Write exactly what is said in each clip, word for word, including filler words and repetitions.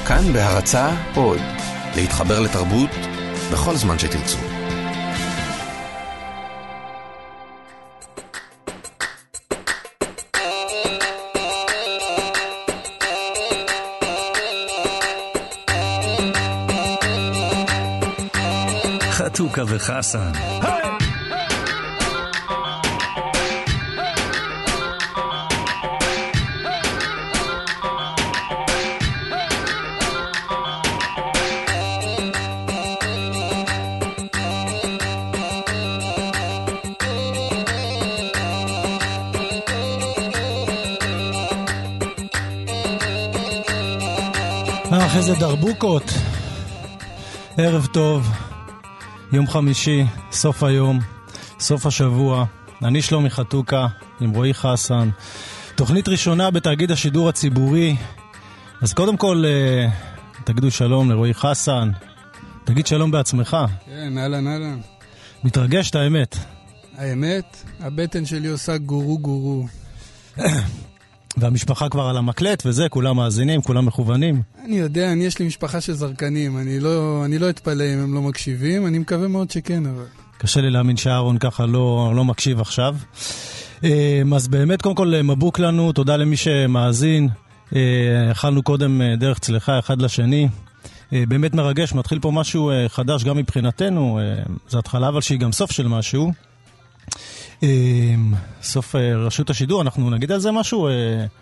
כאן בהרצאה עוד, להתחבר לתרבות בכל זמן שתרצו. חתוכה וחסן. אחרי זה דרבוקות. ערב טוב, יום חמישי, סוף היום, סוף השבוע. אני שלומי חתוכה עם רועי חסן. תוכנית ראשונה בתאגיד השידור הציבורי. אז קודם כל תגידו שלום לרועי חסן. תגיד שלום בעצמך. כן, אהלן אהלן. מתרגש את האמת. האמת, הבטן שלי עושה גורו גורו. והמשפחה כבר על המקלט וזה, כולם מאזינים, כולם מכוונים. אני יודע, אני יש לי משפחה של זרקנים, אני לא, אני לא אתפלא אם הם לא מקשיבים, אני מקווה מאוד שכן, אבל... קשה לי להאמין שאהרון ככה לא, לא מקשיב עכשיו. אז באמת, קודם כל, מבוק לנו, תודה למי שמאזין. אכלנו קודם דרך צלחה אחד לשני. באמת מרגש, מתחיל פה משהו חדש גם מבחינתנו. זו התחלה, אבל שהיא גם סוף של משהו. סוף רשות השידור, אנחנו נגיד על זה משהו?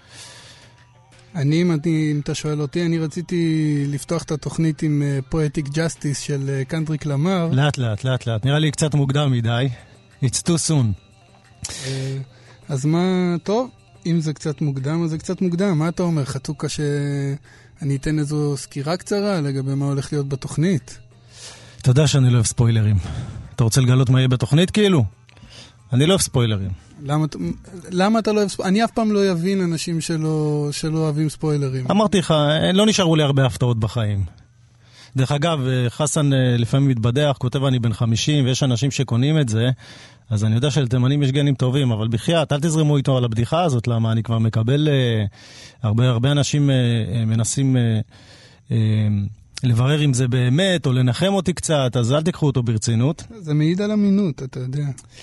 אני, אם אתה שואל אותי, אני רציתי לפתוח את התוכנית עם Poetic Justice של קנדריק למר. לאט לאט, לאט לאט, נראה לי קצת מוקדם מדי. It's too soon. אז מה, טוב, אם זה קצת מוקדם, אז זה קצת מוקדם. מה אתה אומר? חתוכה שאני אתן איזו סקירה קצרה לגבי מה הולך להיות בתוכנית. אתה יודע שאני לא אוהב ספוילרים. אתה רוצה לגלות מה יהיה בתוכנית כאילו? אני לא אוהב ספוילרים. למה, למה אתה לא אוהב ספוילרים? אני אף פעם לא אבין אנשים שלא, שלא אוהבים ספוילרים. אמרתי לך, לא נשארו לי הרבה הפתעות בחיים. דרך אגב, חסן לפעמים מתבדח, כותב אני בן חמישים, ויש אנשים שקונים את זה, אז אני יודע שלתימנים יש גנים טובים, אבל בחייאת, אל תזרמו איתו על הבדיחה הזאת, למה אני כבר מקבל, הרבה, הרבה אנשים מנסים... לברר אם זה באמת, או לנחם אותי קצת, אז אל תיקחו אותו ברצינות. זה מעיד על אמינות, אתה יודע.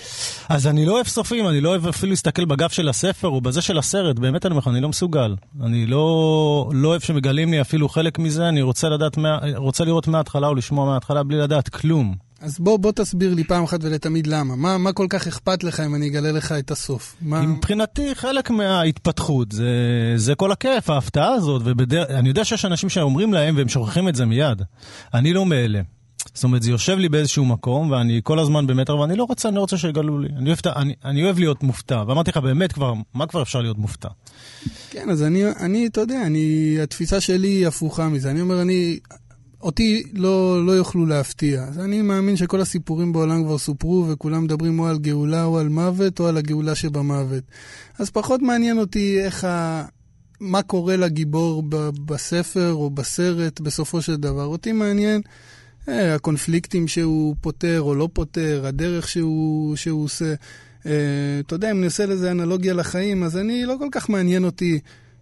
אז אני לא אוהב סופים, אני לא אוהב אפילו להסתכל בגב של הספר, או בזה של הסרט, באמת אני, אני לא מסוגל. אני לא, לא אוהב שמגלים לי אפילו חלק מזה, אני רוצה לדעת, רוצה לראות מההתחלה, או לשמוע מההתחלה, בלי לדעת כלום. אז בוא, בוא תסביר לי פעם אחת ולתמיד למה. מה, מה כל כך אכפת לך אם אני אגלה לך את הסוף? מה... מבחינתי חלק מההתפתחות, זה, זה כל הכיף, ההפתעה הזאת, ובדר... אני יודע שיש אנשים שאומרים להם והם שוכחים את זה מיד. אני לא מאלה. זאת אומרת, זה יושב לי באיזשהו מקום, ואני כל הזמן במטר, ואני לא רוצה, אני לא רוצה שיגלו לי. אני אוהב, אני, אני אוהב להיות מופתע, ואמרתי לך באמת כבר, מה כבר אפשר להיות מופתע? כן, אז אני, אני, אתה יודע, אני, התפיסה שלי היא הפוכה מזה. אני אומר, אני... אותי לא, לא יוכלו להפתיע. אז אני מאמין שכל הסיפורים בעולם כבר סופרו, וכולם מדברים או על גאולה או על מוות, או על הגאולה שבמוות. אז פחות מעניין אותי איך ה... מה קורה לגיבור ב... בספר או בסרט בסופו של דבר. אותי מעניין אה, הקונפליקטים שהוא פותר או לא פותר, הדרך שהוא, שהוא עושה. אה, אתה יודע, אם נעשה לזה אנלוגיה לחיים, אז אני לא כל כך מעניין אותי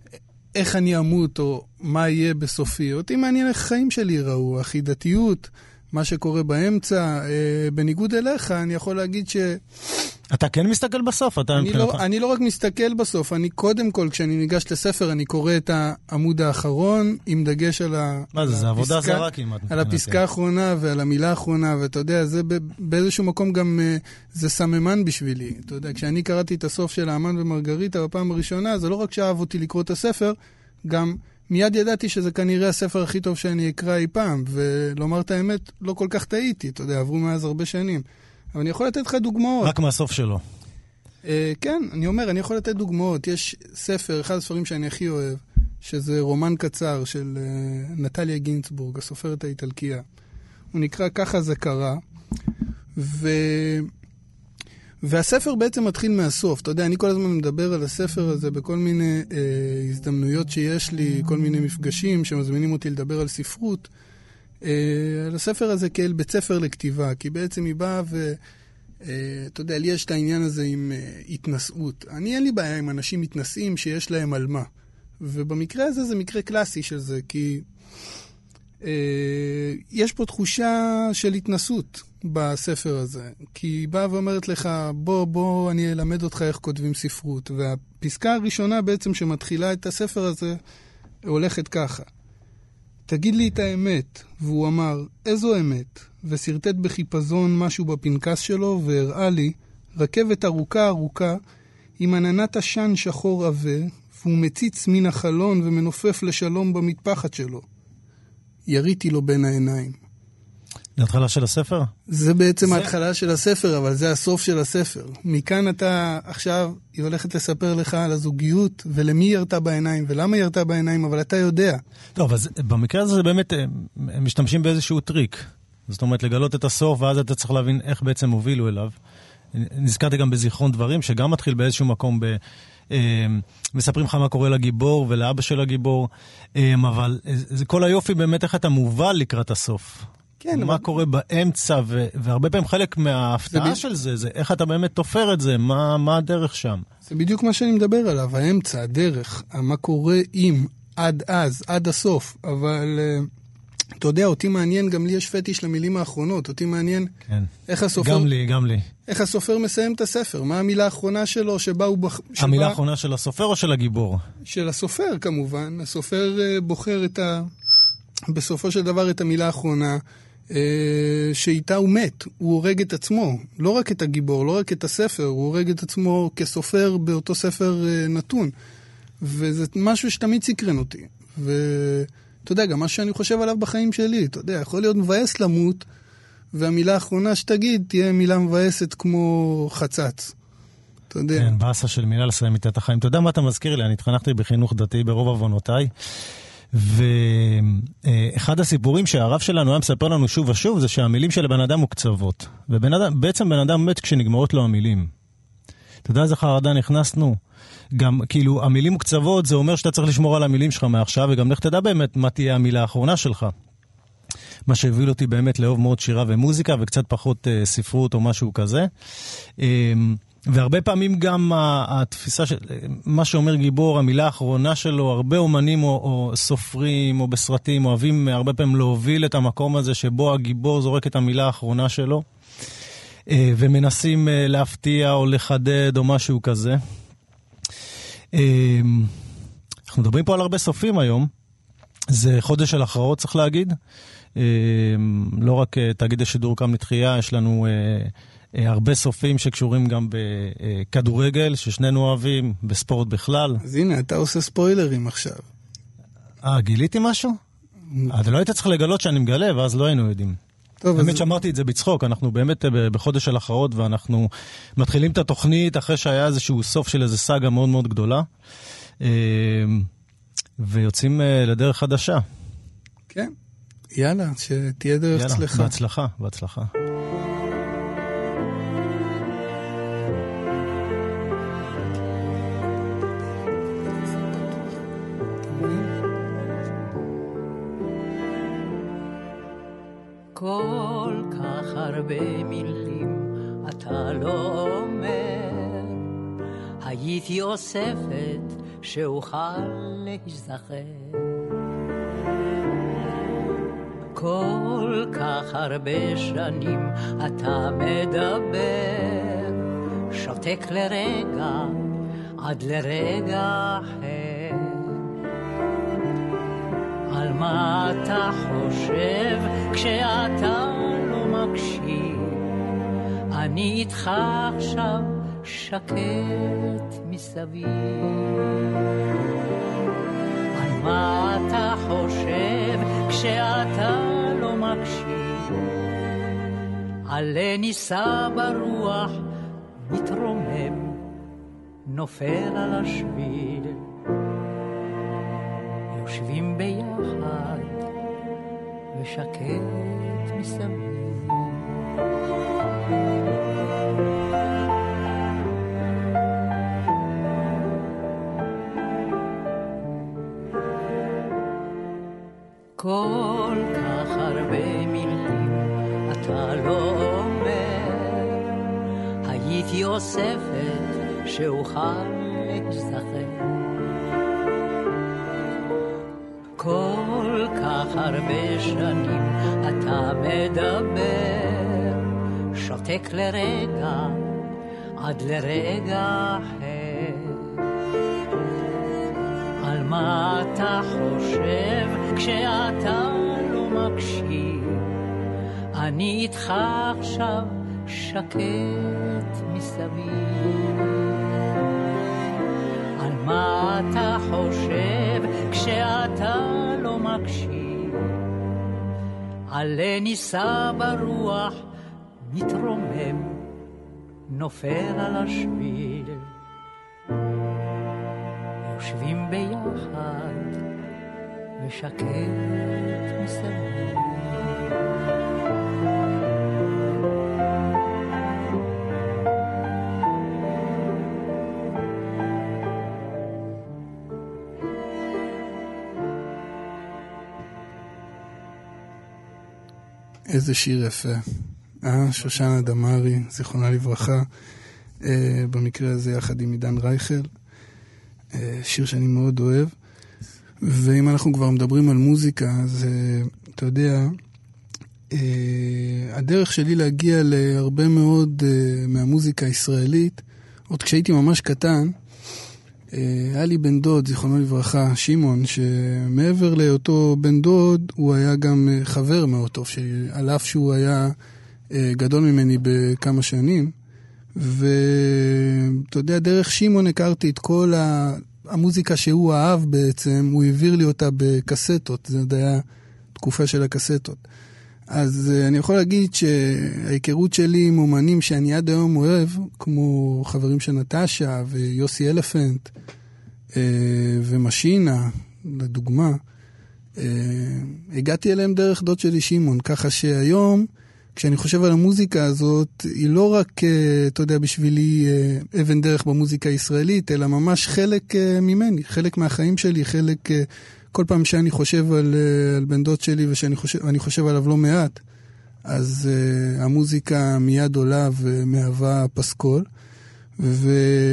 איך אני אמות או מה יהיה בסופי. אותי מעניין איך החיים שלי יראו, החידתיות, מה שקורה באמצע. אה, בניגוד אליך, אני יכול להגיד ש... אתה כן מסתכל בסוף? אתה אני, לא, אני לא רק מסתכל בסוף, אני קודם כל, כשאני ניגש לספר, אני קורא את העמוד האחרון, עם דגש על, ה, מה זה, על, זה הפסקה, עבודה זרה כמעט, על הפסקה האחרונה ועל המילה האחרונה, ואתה יודע, זה באיזשהו מקום גם, זה סממן בשבילי. אתה יודע, כשאני קראתי את הסוף של האמן ומרגריטה בפעם הראשונה, זה לא רק שאהב אותי לקרוא את הספר, גם מיד ידעתי שזה כנראה הספר הכי טוב שאני אקרא אי פעם, ולומר את האמת, לא כל כך טעיתי, אתה יודע, עברו מאז הרבה שנים. אבל אני יכול לתת לך דוגמאות. רק מהסוף שלו. Uh, כן, אני אומר, אני יכול לתת דוגמאות. יש ספר, אחד הספרים שאני הכי אוהב, שזה רומן קצר של uh, נטליה גינצבורג, הסופרת האיטלקיה. הוא נקרא ככה זה קרה. ו... והספר בעצם מתחיל מהסוף. אתה יודע, אני כל הזמן מדבר על הספר הזה בכל מיני uh, הזדמנויות שיש לי, כל מיני מפגשים שמזמינים אותי לדבר על ספרות. Uh, על הספר הזה כאל בית ספר לכתיבה, כי בעצם היא באה ו... Uh, אתה יודע, לי יש את העניין הזה עם uh, התנסות. אני אין לי בעיה עם אנשים מתנסים שיש להם על מה. ובמקרה הזה זה מקרה קלאסי של זה, כי אה, יש פה תחושה של התנסות בספר הזה, כי היא באה ואומרת לך, בוא, בוא, אני אלמד אותך איך כותבים ספרות, והפסקה הראשונה בעצם שמתחילה את הספר הזה, הולכת ככה. תגיד לי את האמת, והוא אמר, איזו אמת? וסרטט בחיפזון משהו בפנקס שלו, והראה לי, רכבת ארוכה ארוכה, עם עננת עשן שחור עבה, והוא מציץ מן החלון ומנופף לשלום במטפחת שלו. יריתי לו בין העיניים. זה התחלה של הספר? זה בעצם זה... ההתחלה של הספר, אבל זה הסוף של הספר. מכאן אתה עכשיו, היא הולכת לספר לך על הזוגיות, ולמי ירתה בעיניים, ולמה ירתה בעיניים, אבל אתה יודע. טוב, אז במקרה הזה זה באמת, הם משתמשים באיזשהו טריק. זאת אומרת, לגלות את הסוף, ואז אתה צריך להבין איך בעצם הובילו אליו. נזכרתי גם בזיכרון דברים, שגם מתחיל באיזשהו מקום ב... מספרים לך מה קורה לגיבור ולאבא של הגיבור, אבל זה כל היופי באמת איך אתה מובל לקראת הסוף. כן, מה אבל... קורה באמצע, ו... והרבה פעמים חלק מההפתעה זה של זה, זה איך אתה באמת תופר את זה, מה, מה הדרך שם. זה בדיוק מה שאני מדבר עליו, האמצע, הדרך, מה קורה עם, עד אז, עד הסוף, אבל... אתה יודע, אותי מעניין, גם לי יש פטיש למילים האחרונות, אותי מעניין כן. איך הסופר... גם לי, גם לי. איך הסופר מסיים את הספר, מה המילה האחרונה שלו שבה הוא... בח... המילה שבה... האחרונה של הסופר או של הגיבור? של הסופר כמובן, הסופר בוחר את ה... בסופו של דבר את המילה האחרונה, שאיתה הוא מת, הוא הורג את עצמו, לא רק את הגיבור, לא רק את הספר, הוא הורג את עצמו כסופר באותו ספר נתון, וזה משהו שתמיד סקרן אותי, ו... אתה יודע, גם מה שאני חושב עליו בחיים שלי, אתה יודע, יכול להיות מבאס למות, והמילה האחרונה שתגיד תהיה מילה מבאסת כמו חצץ. אתה יודע. כן, באסה של מילה לסיים איתה את החיים. אתה יודע מה אתה מזכיר לי? אני התחנכתי בחינוך דתי ברוב עוונותיי, ואחד הסיפורים שהרב שלנו היה מספר לנו שוב ושוב, זה שהמילים של הבן אדם מוקצבות. ובעצם בן אדם מת כשנגמרות לו המילים. אתה יודע איזה חרדה נכנסנו? גם, כאילו, המילים מוקצבות, זה אומר שאתה צריך לשמור על המילים שלך מעכשיו, וגם לך תדע באמת מה תהיה המילה האחרונה שלך. מה שהביא אותי באמת לאהוב מאוד שירה ומוזיקה, וקצת פחות אה, ספרות או משהו כזה. אה, והרבה פעמים גם התפיסה של, מה שאומר גיבור, המילה האחרונה שלו, הרבה אומנים או, או סופרים או בסרטים, אוהבים הרבה פעמים להוביל את המקום הזה, שבו הגיבור זורק את המילה האחרונה שלו, אה, ומנסים אה, להפתיע או לחדד או משהו כזה. אנחנו מדברים פה על הרבה סופים היום, זה חודש של הכרעות צריך להגיד, לא רק תאגיד השידור קם לתחייה, יש לנו הרבה סופים שקשורים גם בכדורגל, ששנינו אוהבים, בספורט בכלל. אז הנה, אתה עושה ספוילרים עכשיו. אה, גיליתי משהו? אתה לא היית צריך לגלות שאני מגלה, ואז לא היינו יודעים. באמת שאמרתי את זה בצחוק, אנחנו באמת בחודש של הכרעות, ואנחנו מתחילים את התוכנית אחרי שהיה איזשהו סוף של איזו סאגה מאוד מאוד גדולה, ויוצאים לדרך חדשה. כן, יאללה, שתהיה דרך יאללה, צלחה. בהצלחה, בהצלחה. כל כך הרבה מילים אתה לא אומר, הייתי אוספת שאוכל להיזכר. כל כך הרבה שנים אתה מדבר, שותק לרגע עד לרגע אחר. על מה אתה חושב כשאתה לא מקשיב? אני איתך עכשיו שקט מסביב. על מה אתה חושב כשאתה לא מקשיב? עלה ניסה ברוח, מתרומם, נופל על השביל. יושבים ביחד ושקט מסביב. כל כך הרבה מילים אתה לא אומר, הייתי אוספת שאוכל להיזכר. כל כך הרבה שנים אתה מדבר, שותק לרגע עד לרגע אחר. על מה אתה חושב כשאתה לא מקשיב? אני איתך עכשיו שקט מסביב. על מה אתה חושב כשאתה לא מקשיב? עלה ניסה ברוח מתרומם, נופל על השביל. יושבים ביחד ושקט מסביב. איזה שיר יפה. אה, שושנה דמארי, זיכרונה לברכה, אה, במקרה הזה יחד עם עידן רייכל. אה, שיר שאני מאוד אוהב. ואם אנחנו כבר מדברים על מוזיקה, אז אה, אתה יודע, אה, הדרך שלי להגיע להרבה מאוד אה, מהמוזיקה הישראלית, עוד כשהייתי ממש קטן, היה לי בן דוד, זיכרונו לברכה, שמעון, שמעבר לאותו בן דוד, הוא היה גם חבר מאוד טוב, על אף שהוא היה גדול ממני בכמה שנים. ואתה יודע, דרך שמעון הכרתי את כל המוזיקה שהוא אהב בעצם, הוא העביר לי אותה בקסטות, זה היה תקופה של הקסטות. אז אני יכול להגיד שההיכרות שלי עם אומנים שאני עד היום אוהב, כמו חברים של נטשה ויוסי אלפנט ומשינה, לדוגמה, הגעתי אליהם דרך דוד שלי שמעון, ככה שהיום, כשאני חושב על המוזיקה הזאת, היא לא רק, אתה יודע, בשבילי אבן דרך במוזיקה הישראלית, אלא ממש חלק ממני, חלק מהחיים שלי, חלק... כל פעם שאני חושב על, על בן דוד שלי ושאני חושב, אני חושב עליו לא מעט, אז uh, המוזיקה מיד עולה ומהווה פסקול. ו...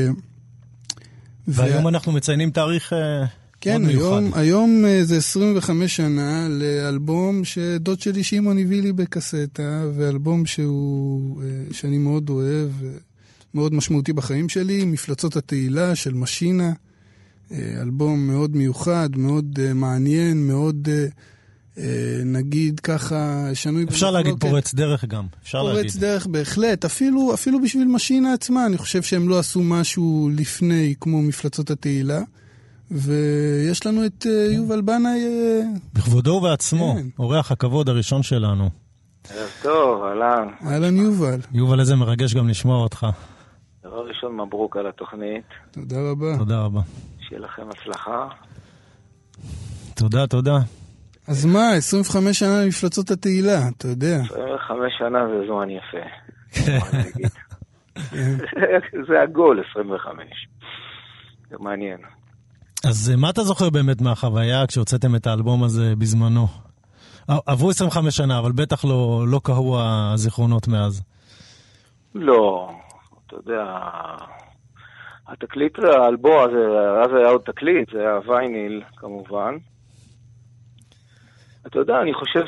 והיום ו... אנחנו מציינים תאריך uh, כן, מאוד היום, מיוחד. היום uh, זה עשרים וחמש שנה לאלבום שדוד שלי שמעון הביא לי בקסטה, ואלבום שהוא, uh, שאני מאוד אוהב, מאוד משמעותי בחיים שלי, מפלצות התהילה של משינה. אלבום מאוד מיוחד, מאוד uh, מעניין, מאוד, uh, uh, נגיד ככה, שנוי... אפשר להגיד פורץ דרך גם, אפשר פורץ להגיד. דרך בהחלט, אפילו, אפילו בשביל משינה עצמה, אני חושב שהם לא עשו משהו לפני כמו מפלצות התהילה, ויש לנו את uh, יובל בנאי... Uh... בכבודו ובעצמו, כן. אורח הכבוד הראשון שלנו. טוב, אהלן. אהלן יובל. יובל, איזה מרגש גם לשמוע אותך. דבר ראשון, מברוק על התוכנית. תודה רבה. תודה רבה. שיהיה לכם הצלחה. תודה, תודה. אז מה, עשרים וחמש שנה למפלצות התהילה, אתה יודע. עשרים וחמש שנה זה זמן יפה. זה הגול, עשרים וחמש. זה מעניין. אז מה אתה זוכר באמת מהחוויה כשהוצאתם את האלבום הזה בזמנו? עברו עשרים וחמש שנה, אבל בטח לא, לא קהו הזיכרונות מאז. לא, אתה יודע... התקליט, האלבום הזה, אז היה עוד תקליט, זה היה וייניל כמובן. אתה יודע, אני חושב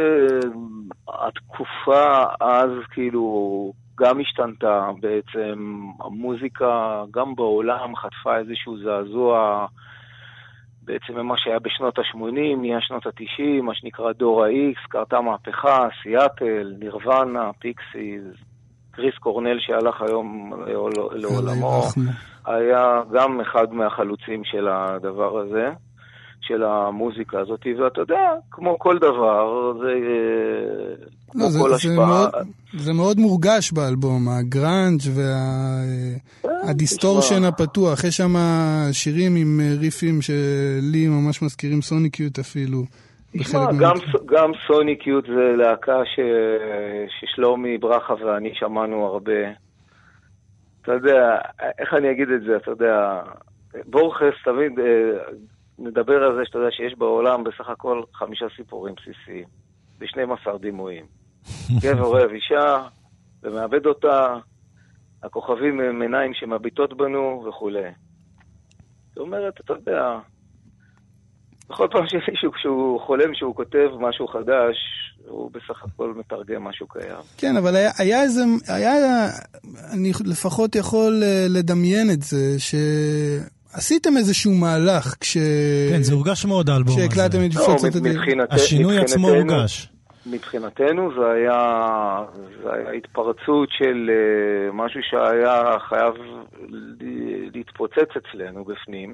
שהתקופה אז כאילו גם השתנתה בעצם, המוזיקה גם בעולם חטפה איזשהו זעזוע, בעצם ממה שהיה בשנות ה-שמונים, נהיה שנות ה-תשעים, מה שנקרא דור ה-X, קרתה מהפכה, סיאטל, נירוונה, פיקסיז, קריס קורנל שהלך היום לעולמו, היה גם אחד מהחלוצים של הדבר הזה, של המוזיקה הזאת, ואתה יודע, כמו כל דבר, זה כמו לא, כל זה, השפעה. זה מאוד, זה מאוד מורגש באלבום, הגרנג' והדיסטורשן וה... הפתוח, יש שם שירים עם ריפים שלי ממש מזכירים סוניקיוט אפילו. תשמע, גם, גם סוניקיוט זה להקה ש... ששלומי ברכה ואני שמענו הרבה. אתה יודע, איך אני אגיד את זה, אתה יודע, בורכס תמיד נדבר על זה שאתה יודע שיש בעולם בסך הכל חמישה סיפורים בסיסיים, ב-שנים עשר דימויים. גבר אוהב אישה ומאבד אותה, הכוכבים הם עיניים שמביטות בנו וכו'. זאת אומרת, אתה יודע... בכל פעם שמישהו, כשהוא חולם שהוא כותב משהו חדש, הוא בסך הכל מתרגם משהו קיים. כן, אבל היה, היה איזה, היה, אני לפחות יכול לדמיין את זה, שעשיתם איזשהו מהלך, כש... כן, זה הורגש מאוד האלבום הזה. כשהקלטתם את מפלצות הדרך. השינוי עצמו הורגש. מבחינתנו זה היה, זה היה התפרצות של משהו שהיה חייב להתפוצץ אצלנו בפנים.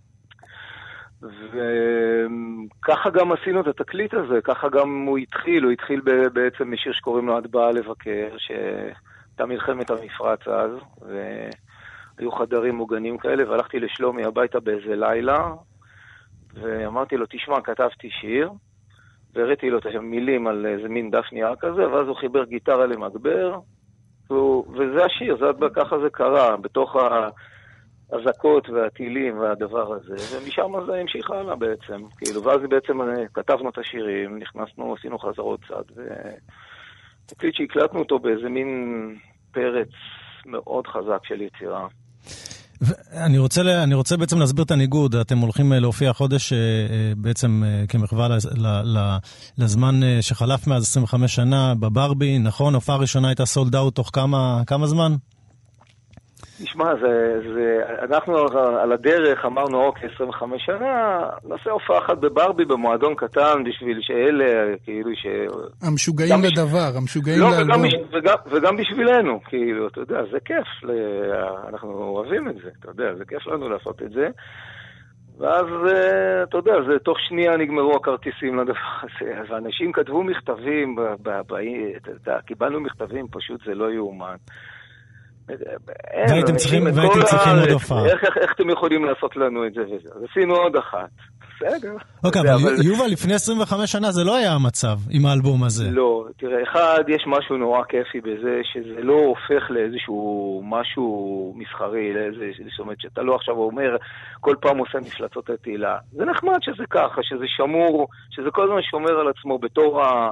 וככה גם עשינו את התקליט הזה, ככה גם הוא התחיל, הוא התחיל בעצם משיר שקוראים לו "את באה לבקר", שהייתה מלחמת המפרץ אז, והיו חדרים מוגנים כאלה, והלכתי לשלומי הביתה באיזה לילה, ואמרתי לו, תשמע, כתבתי שיר, והראיתי לו את המילים על איזה מין דף נייר כזה, ואז הוא חיבר גיטרה למגבר, וזה השיר, זה, ככה זה קרה, בתוך ה... הזקות והטילים והדבר הזה, ומשם זה המשיך הלאה בעצם, כאילו, ואז בעצם כתבנו את השירים, נכנסנו, עשינו חזרות צד, ותקליט שהקלטנו אותו באיזה מין פרץ מאוד חזק של יצירה. אני רוצה, אני רוצה בעצם להסביר את הניגוד. אתם הולכים להופיע חודש בעצם כמחווה לזמן שחלף מאז עשרים וחמש שנה בברבי, נכון? הופעה ראשונה הייתה סולד אאוט תוך כמה, כמה זמן? נשמע, זה, זה, אנחנו על הדרך אמרנו, אוקיי, עשרים וחמש שנה, נעשה הופעה אחת בברבי במועדון קטן, בשביל שאלה, כאילו ש... המשוגעים לדבר, המשוגעים לא, לאלבום. וגם, וגם, וגם בשבילנו, כאילו, אתה יודע, זה כיף, אנחנו אוהבים את זה, אתה יודע, זה כיף לנו לעשות את זה, ואז, אתה יודע, זה תוך שנייה נגמרו הכרטיסים לדבר הזה, ואנשים כתבו מכתבים, ב, ב, ב, קיבלנו מכתבים, פשוט זה לא יאומן. והייתם צריכים עוד הופעה. איך אתם יכולים לעשות לנו את זה וזה? אז עשינו עוד אחת. בסדר. אוקיי, אבל יובל, לפני עשרים וחמש שנה זה לא היה המצב עם האלבום הזה. לא, תראה, אחד, יש משהו נורא כיפי בזה, שזה לא הופך לאיזשהו משהו מסחרי, זאת אומרת, שאתה לא עכשיו אומר, כל פעם עושה מפלצות התהילה. זה נחמד שזה ככה, שזה שמור, שזה כל הזמן שומר על עצמו בתור ה...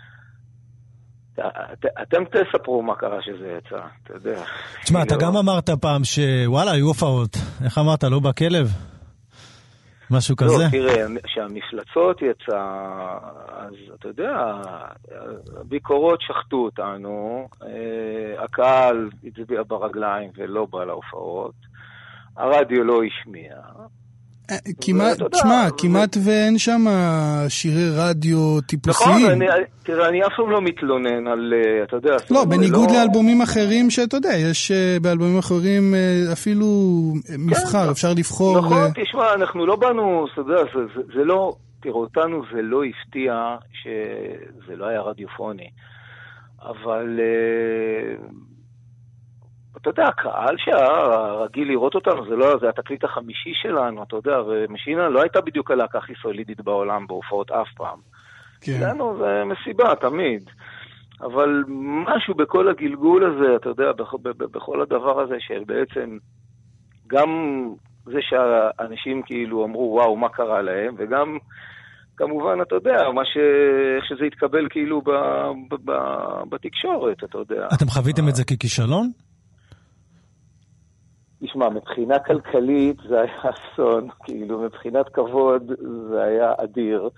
אתם תספרו מה קרה שזה יצא, אתה יודע. תשמע, אתה גם אמרת פעם שוואלה, היו הופעות. איך אמרת, לא בכלב? משהו כזה? לא, תראה, שהמפלצות יצא, אז אתה יודע, הביקורות שחטו אותנו, הקהל הצביע ברגליים ולא בא להופעות, הרדיו לא השמיע. כמעט, תשמע, כמעט ואין שם שירי רדיו טיפוסיים. נכון, תראה, אני אף פעם לא מתלונן על, אתה יודע... לא, בניגוד לאלבומים אחרים שאתה יודע, יש באלבומים אחרים אפילו מבחר, אפשר לבחור... נכון, תשמע, אנחנו לא באנו, אתה יודע, זה לא, תראו, אותנו זה לא הפתיע שזה לא היה רדיופוני, אבל... אתה יודע, הקהל שהרגיל לראות אותנו, זה לא, זה התקליט החמישי שלנו, אתה יודע, ומשינה לא הייתה בדיוק הלהקה הכי סולידית בעולם בהופעות אף פעם. כן. לנו זה מסיבה, תמיד. אבל משהו בכל הגלגול הזה, אתה יודע, בכל הדבר הזה, שבעצם גם זה שהאנשים כאילו אמרו, וואו, מה קרה להם, וגם כמובן, אתה יודע, מה ש... איך שזה התקבל כאילו ב... ב... ב... בתקשורת, אתה יודע. אתם חוויתם את זה ככישלון? תשמע, מבחינה כלכלית זה היה אסון, כאילו מבחינת כבוד זה היה אדיר,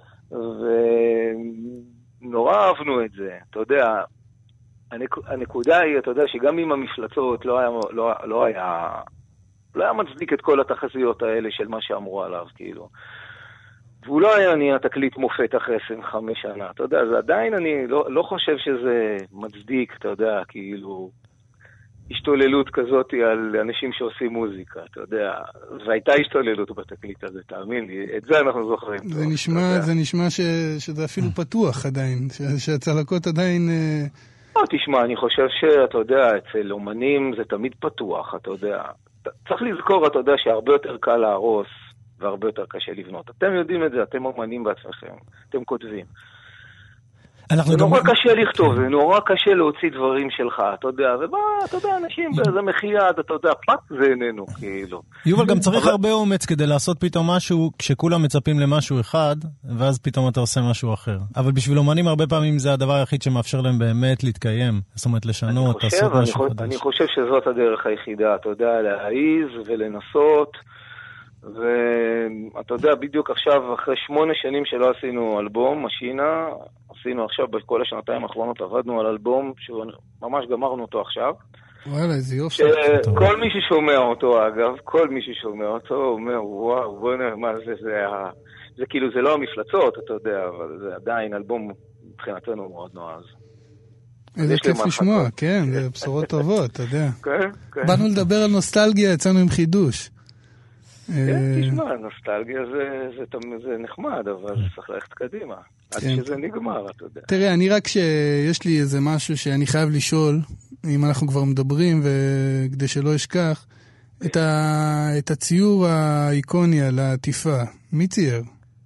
ונורא אהבנו את זה, אתה יודע, הנק... הנקודה היא, אתה יודע, שגם עם המפלצות לא היה, לא, לא היה, לא היה מצדיק את כל התחזיות האלה של מה שאמרו עליו, כאילו. והוא לא היה נהיה תקליט מופת אחרי עשרים וחמש שנה, אתה יודע, זה עדיין אני לא, לא חושב שזה מצדיק, אתה יודע, כאילו... השתוללות כזאת על אנשים שעושים מוזיקה, אתה יודע, והייתה השתוללות בתקליט הזה, תאמין לי, את זה אנחנו זוכרים. זה טוב, נשמע, זה נשמע ש, שזה אפילו פתוח עדיין, ש, שהצלקות עדיין... לא, תשמע, אני חושב שאתה יודע, אצל אומנים זה תמיד פתוח, אתה יודע. צריך לזכור, אתה יודע, שהרבה יותר קל להרוס, והרבה יותר קשה לבנות. אתם יודעים את זה, אתם אומנים בעצמכם, אתם כותבים. זה נורא קשה לכתוב, זה נורא קשה להוציא דברים שלך, אתה יודע, ובא, אתה יודע, אנשים באיזה מחייד, אתה יודע, פאק זה איננו, כאילו. יובל, גם צריך הרבה אומץ כדי לעשות פתאום משהו, כשכולם מצפים למשהו אחד, ואז פתאום אתה עושה משהו אחר. אבל בשביל אומנים הרבה פעמים זה הדבר היחיד שמאפשר להם באמת להתקיים, זאת אומרת, לשנות, לעשות משהו חדש. אני חושב שזאת הדרך היחידה, אתה יודע, להעיז ולנסות, ואתה יודע, בדיוק עכשיו, אחרי שמונה שנים שלא עשינו אלבום, משינה, עשינו עכשיו, בכל השנתיים האחרונות עבדנו על אלבום, שממש גמרנו אותו עכשיו. וואלה, איזה יופי. כל מי ששומע אותו, אגב, כל מי ששומע אותו, אומר, וואו, בוא נראה, מה זה, זה, זה כאילו, זה לא המפלצות, אתה יודע, אבל זה עדיין אלבום מבחינתנו מאוד נועז. איזה כיף לשמוע, כן, זה בשורות טובות, אתה יודע. כן, כן. באנו לדבר על נוסטלגיה, יצאנו עם חידוש. כן, תשמע, נוסטלגיה זה נחמד, אבל צריך ללכת קדימה. עד שזה נגמר, אתה יודע. תראה, אני רק שיש לי איזה משהו שאני חייב לשאול, אם אנחנו כבר מדברים, וכדי שלא אשכח, את הציור האיקוני על העטיפה, מי צייר?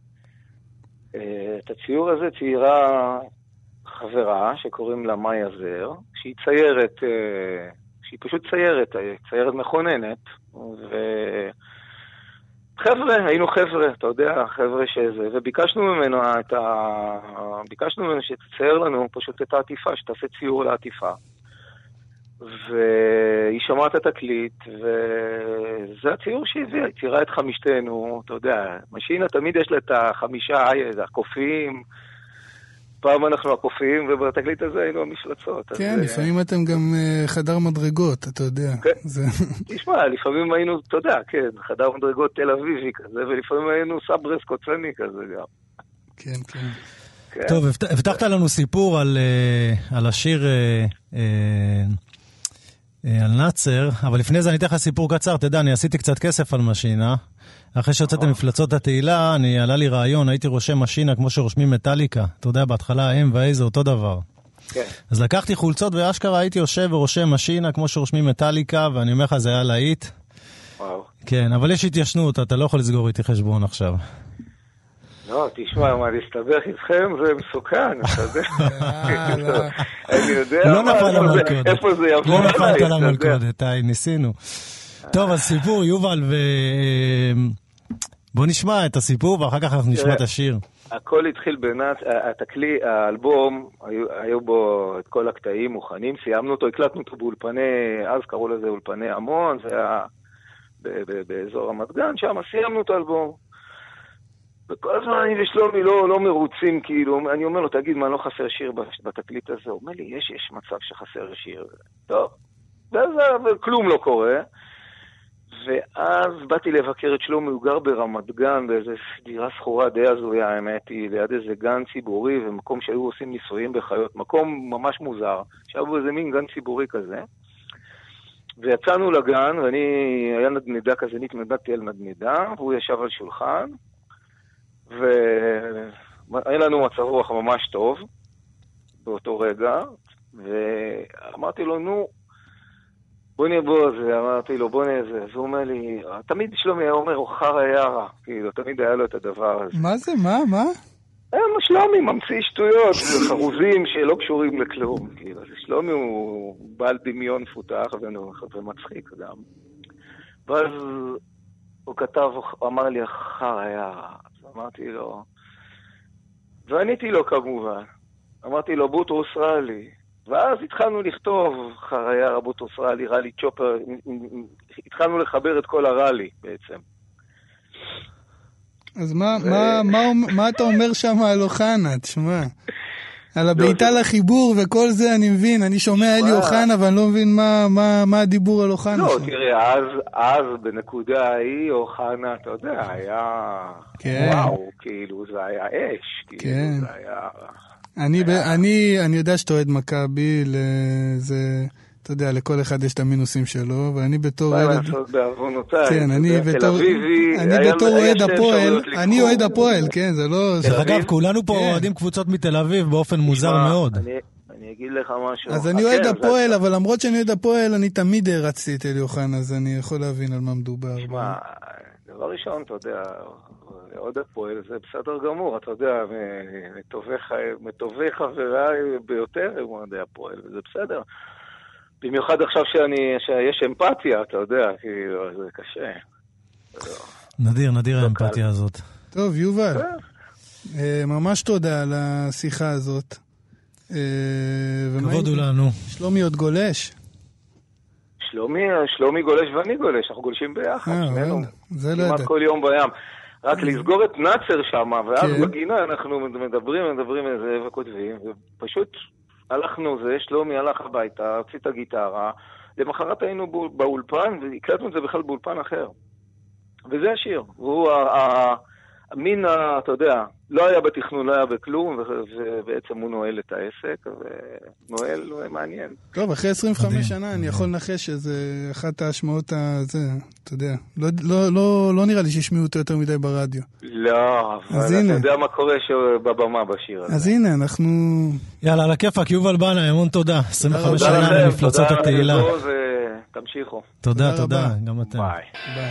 את הציור הזה ציירה חברה שקוראים לה מאיה זר, שהיא ציירת, שהיא פשוט ציירת, ציירת מכוננת, ו... חבר'ה, היינו חבר'ה, אתה יודע, חבר'ה שזה, וביקשנו ממנו את ה... ביקשנו ממנו שתצייר לנו פשוט את העטיפה, שתעשה ציור לעטיפה. והיא שמעת את התקליט, וזה הציור שהביאה, היא ציירה את חמישתנו, אתה יודע, משינה תמיד יש לה את החמישה, הקופים, פעם אנחנו הקופים, ובתקליט הזה היינו המפלצות. כן, לפעמים אתם גם חדר מדרגות, אתה יודע. תשמע, לפעמים היינו, אתה יודע, כן, חדר מדרגות תל אביבי כזה, ולפעמים היינו סברס קוצני כזה גם. כן, כן. טוב, הבטחת לנו סיפור על השיר על נאצר, אבל לפני זה אני אתן לך סיפור קצר, אתה יודע, אני עשיתי קצת כסף על משינה, אחרי שהוצאתם מפלצות התהילה, אני עלה לי רעיון, הייתי רושם משינה כמו שרושמים מטליקה, אתה יודע, בהתחלה הם והאי זה אותו דבר. כן. אז לקחתי חולצות ואשכרה הייתי יושב ורושם משינה כמו שרושמים מטליקה, ואני אומר לך, זה היה להיט. וואו. כן, אבל יש התיישנות, אתה לא יכול לסגור איתי חשבון עכשיו. לא, תשמע, מה, להסתבך איתכם זה מסוכן, אתה יודע. אני יודע לא נפל המלכודת. איפה זה יבוא. לא נפלת על המלכודת, ניסינו. טוב, אז סיפור, יובל, ו... בוא נשמע את הסיפור, ואחר כך אנחנו נשמע את השיר. הכל התחיל בנאצ... התקלי, האלבום, היו, היו בו את כל הקטעים מוכנים, סיימנו אותו, הקלטנו אותו באולפני, אז קראו לזה אולפני המון, זה היה באזור רמת גן, שם סיימנו את האלבום. וכל הזמן אני ושלומי לא, לא מרוצים, כאילו, אני אומר לו, תגיד, מה, לא חסר שיר בתקליט הזה? הוא אומר לי, יש, יש מצב שחסר שיר. טוב, וכלום לא קורה. ואז באתי לבקר את שלומי, הוא גר ברמת גן, באיזו דירה סחורה די הזויה, האמת היא, ליד איזה גן ציבורי, ומקום שהיו עושים ניסויים בחיות, מקום ממש מוזר, שהיה בו איזה מין גן ציבורי כזה. ויצאנו לגן, ואני, היה נדנדה כזה, נתמדדתי על נדנדה, והוא ישב על שולחן, והיה לנו מצב רוח ממש טוב, באותו רגע, ואמרתי לו, נו, בוא נהיה בו זה, אמרתי לו, בוא נהיה זה, אז הוא אומר לי, תמיד שלומי היה אומר, אוחר היערה, כאילו, תמיד היה לו את הדבר הזה. מה זה, מה, מה? שלומי ממציא שטויות, חרוזים שלא קשורים לכלום, כאילו, שלומי הוא בעל דמיון פותח ומצחיק גם. ואז הוא כתב, הוא אמר לי, אוחר היערה, אז אמרתי לו, ועניתי לו כמובן, אמרתי לו, בוטרוס רלי, ואז התחלנו לכתוב חריה רבות אוסטרלי, רלי צ'ופר, התחלנו לחבר את כל הרלי בעצם. אז מה, ו... מה, מה, מה אתה אומר שם על אוחנה? תשמע, על הביתה לא, לחיבור וכל זה אני מבין, אני שומע אלי אוחנה ואני לא מבין מה, מה, מה הדיבור על אוחנה. לא, שם. תראה, אז, אז בנקודה ההיא אוחנה, אתה יודע, היה כן. וואו, כאילו זה היה אש, כאילו כן. זה היה... אני, ב, אני, אני יודע שאתה אוהד מכבי, לזה, אתה יודע, לכל אחד יש את המינוסים שלו, ואני בתור אוהד... מה לעשות בעוונותיי? כן, אני בתור... אני בתור אוהד הפועל, אני אוהד הפועל, כן, זה לא... דרך אגב, כולנו פה אוהדים קבוצות מתל אביב באופן מוזר מאוד. אני אגיד לך משהו. אז אני אוהד הפועל, אבל למרות שאני אוהד הפועל, אני תמיד הרצתי את אלי אוחנה, אז אני יכול להבין על מה מדובר. שמע, דבר ראשון, אתה יודע... עוד הפועל זה בסדר גמור, אתה יודע, מטובי חבריי ביותר הם עוד הפועל, וזה בסדר. במיוחד עכשיו שאני, שיש אמפתיה, אתה יודע, כאילו, זה קשה. נדיר, נדיר האמפתיה הזאת. טוב, יובל, ממש תודה על השיחה הזאת. כבוד הוא לנו. שלומי עוד גולש? שלומי, שלומי גולש ואני גולש, אנחנו גולשים ביחד, שנינו, זה לא כמעט יודע. כל יום בים. רק לסגור את נאצר שם, ואז בגינה אנחנו מדברים, מדברים איזה וכותבים, ופשוט הלכנו זה, שלומי הלך הביתה, הוציא את הגיטרה, למחרת היינו באולפן, והקלטנו את זה בכלל באולפן אחר. וזה השיר, והוא המין, אתה יודע, לא היה בתכנון, לא היה בכלום, ובעצם הוא נועל את העסק, ונועל, הוא מעניין. טוב, אחרי עשרים וחמש שנה אני יכול לנחש שזה אחת ההשמעות הזה, אתה יודע. לא, לא, לא, לא נראה לי שישמיעו אותו יותר מדי ברדיו. לא, אבל אתה יודע מה קורה בבמה בשיר הזה. אז הנה, אנחנו... יאללה, על הכיפק, יובל בנה, המון תודה. עשרים וחמש שנה למפלצות התהילה. תמשיכו. תודה, תודה, גם אתם. ביי. ביי.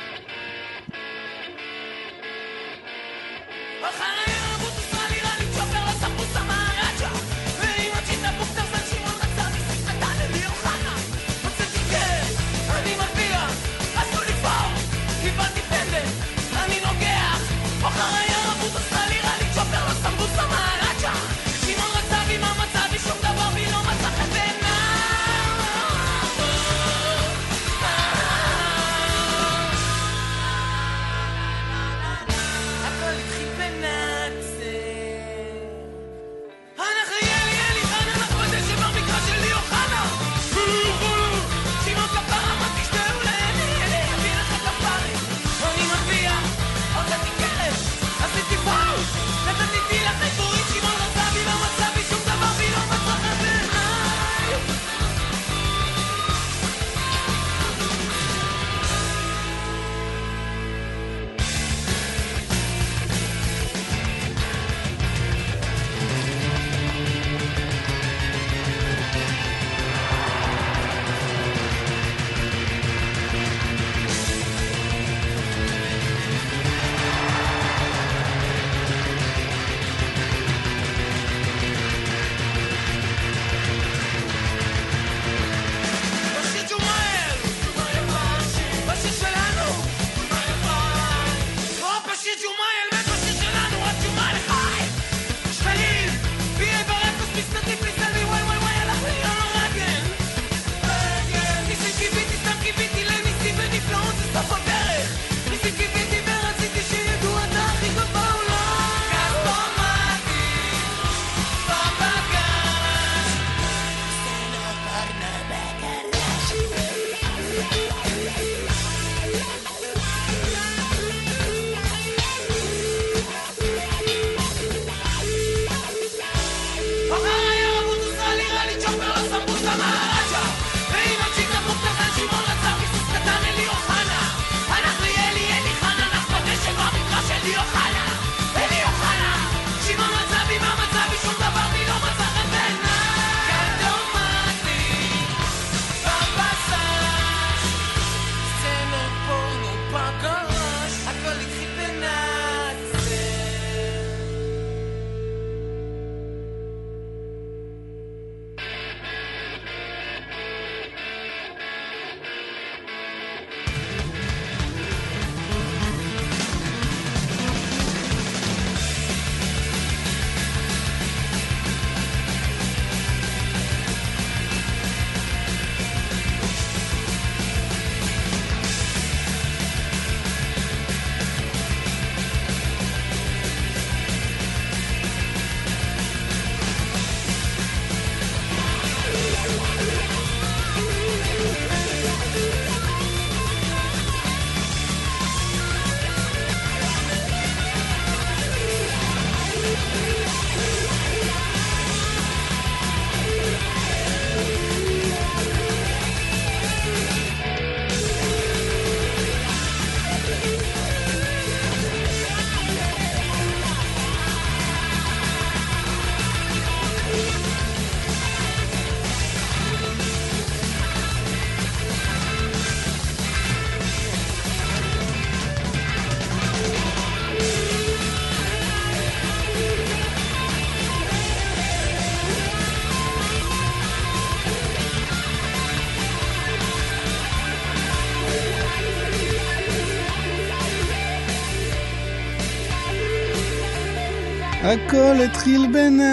הכל התחיל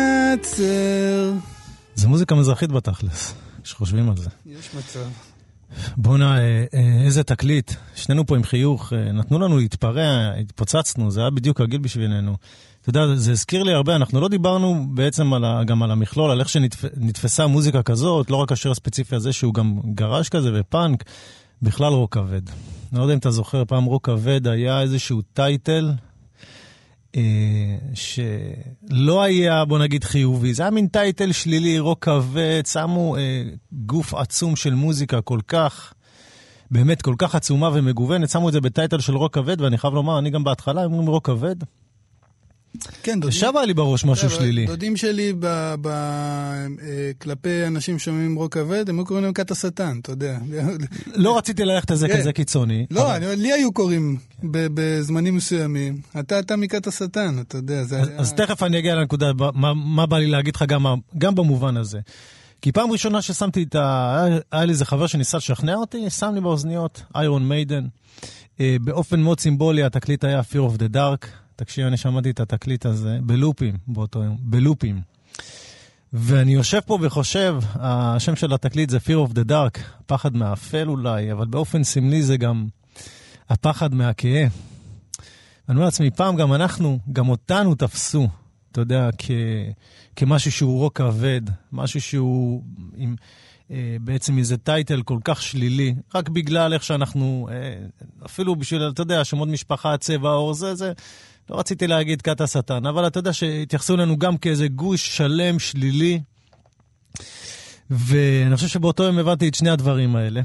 בנצר. זה מוזיקה מזרחית בתכלס, שחושבים על זה. יש מצב. בונה, איזה תקליט. שנינו פה עם חיוך, נתנו לנו להתפרע, התפוצצנו, זה היה בדיוק הגיל בשבילנו. אתה יודע, זה הזכיר לי הרבה, אנחנו לא דיברנו בעצם על ה, גם על המכלול, על איך שנתפסה מוזיקה כזאת, לא רק השיר הספציפי הזה שהוא גם גרש כזה ופאנק, בכלל רוק כבד. אני לא יודע אם אתה זוכר, פעם רוק כבד היה איזשהו טייטל, אה, שלא היה, בוא נגיד, חיובי. זה היה מין טייטל שלילי, רוק כבד, שמו אה, גוף עצום של מוזיקה כל כך, באמת כל כך עצומה ומגוונת, שמו את זה בטייטל של רוק כבד, ואני חייב לומר, אני גם בהתחלה, הם אומרים רוק כבד, כן, דודים. שווה לי בראש משהו שלילי. דודים שלי ב, ב, כלפי אנשים שומעים רוק כבד, הם קוראים להם כת השטן, אתה יודע. לא רציתי ללכת על זה כזה קיצוני. לא, לי היו קוראים בזמנים מסוימים. אתה אתה מכת השטן, אתה יודע. אז תכף אני אגיע לנקודה, מה בא לי להגיד לך גם במובן הזה. כי פעם ראשונה ששמתי את ה... היה לי איזה חבר שניסה לשכנע אותי, שם לי באוזניות, איירון מיידן. באופן מאוד סימבולי, התקליט היה Fear of the Dark. תקשיב, אני שמעתי את התקליט הזה בלופים באותו יום, בלופים. ואני יושב פה וחושב, השם של התקליט זה Fear of the Dark, פחד מהאפל אולי, אבל באופן סמלי זה גם הפחד מהכאה. אני אומר לעצמי, פעם גם אנחנו, גם אותנו תפסו, אתה יודע, כ, כמשהו שהוא רוק כבד, משהו שהוא עם, אה, בעצם איזה טייטל כל כך שלילי, רק בגלל איך שאנחנו, אה, אפילו בשביל, אתה יודע, שמות משפחה, צבע, אור, זה, זה, לא רציתי להגיד כת השטן, אבל אתה יודע שהתייחסו לנו גם כאיזה גוש שלם, שלילי, ואני חושב שבאותו יום הבנתי את שני הדברים האלה,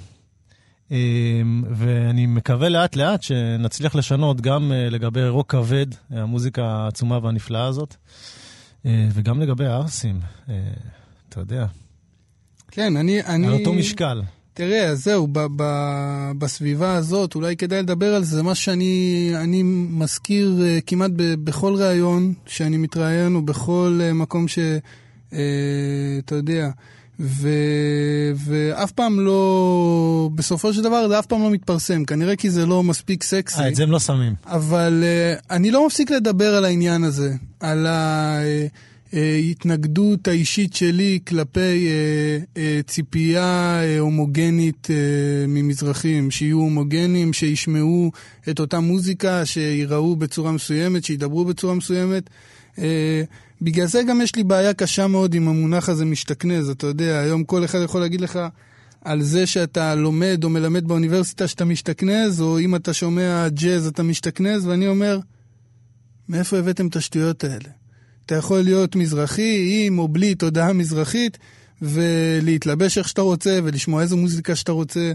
ואני מקווה לאט לאט שנצליח לשנות גם לגבי רוק כבד, המוזיקה העצומה והנפלאה הזאת, וגם לגבי הארסים, אתה יודע. כן, אני... אני... על אותו משקל. תראה, זהו, ב- ב- בסביבה הזאת, אולי כדאי לדבר על זה, זה מה שאני אני מזכיר uh, כמעט ב- בכל ראיון שאני מתראיין, או בכל uh, מקום ש... Uh, אתה יודע, ו- ואף פעם לא... בסופו של דבר זה אף פעם לא מתפרסם, כנראה כי זה לא מספיק סקסי. אה, את זה הם לא שמים. אבל uh, אני לא מפסיק לדבר על העניין הזה, על ה... Uh, התנגדות האישית שלי כלפי ציפייה הומוגנית ממזרחים, שיהיו הומוגנים, שישמעו את אותה מוזיקה, שיראו בצורה מסוימת, שידברו בצורה מסוימת. בגלל זה גם יש לי בעיה קשה מאוד עם המונח הזה משתכנז. אתה יודע, היום כל אחד יכול להגיד לך על זה שאתה לומד או מלמד באוניברסיטה שאתה משתכנז, או אם אתה שומע ג'אז אתה משתכנז, ואני אומר, מאיפה הבאתם את השטויות האלה? אתה יכול להיות מזרחי, עם או בלי תודעה מזרחית, ולהתלבש איך שאתה רוצה, ולשמוע איזו מוזיקה שאתה רוצה,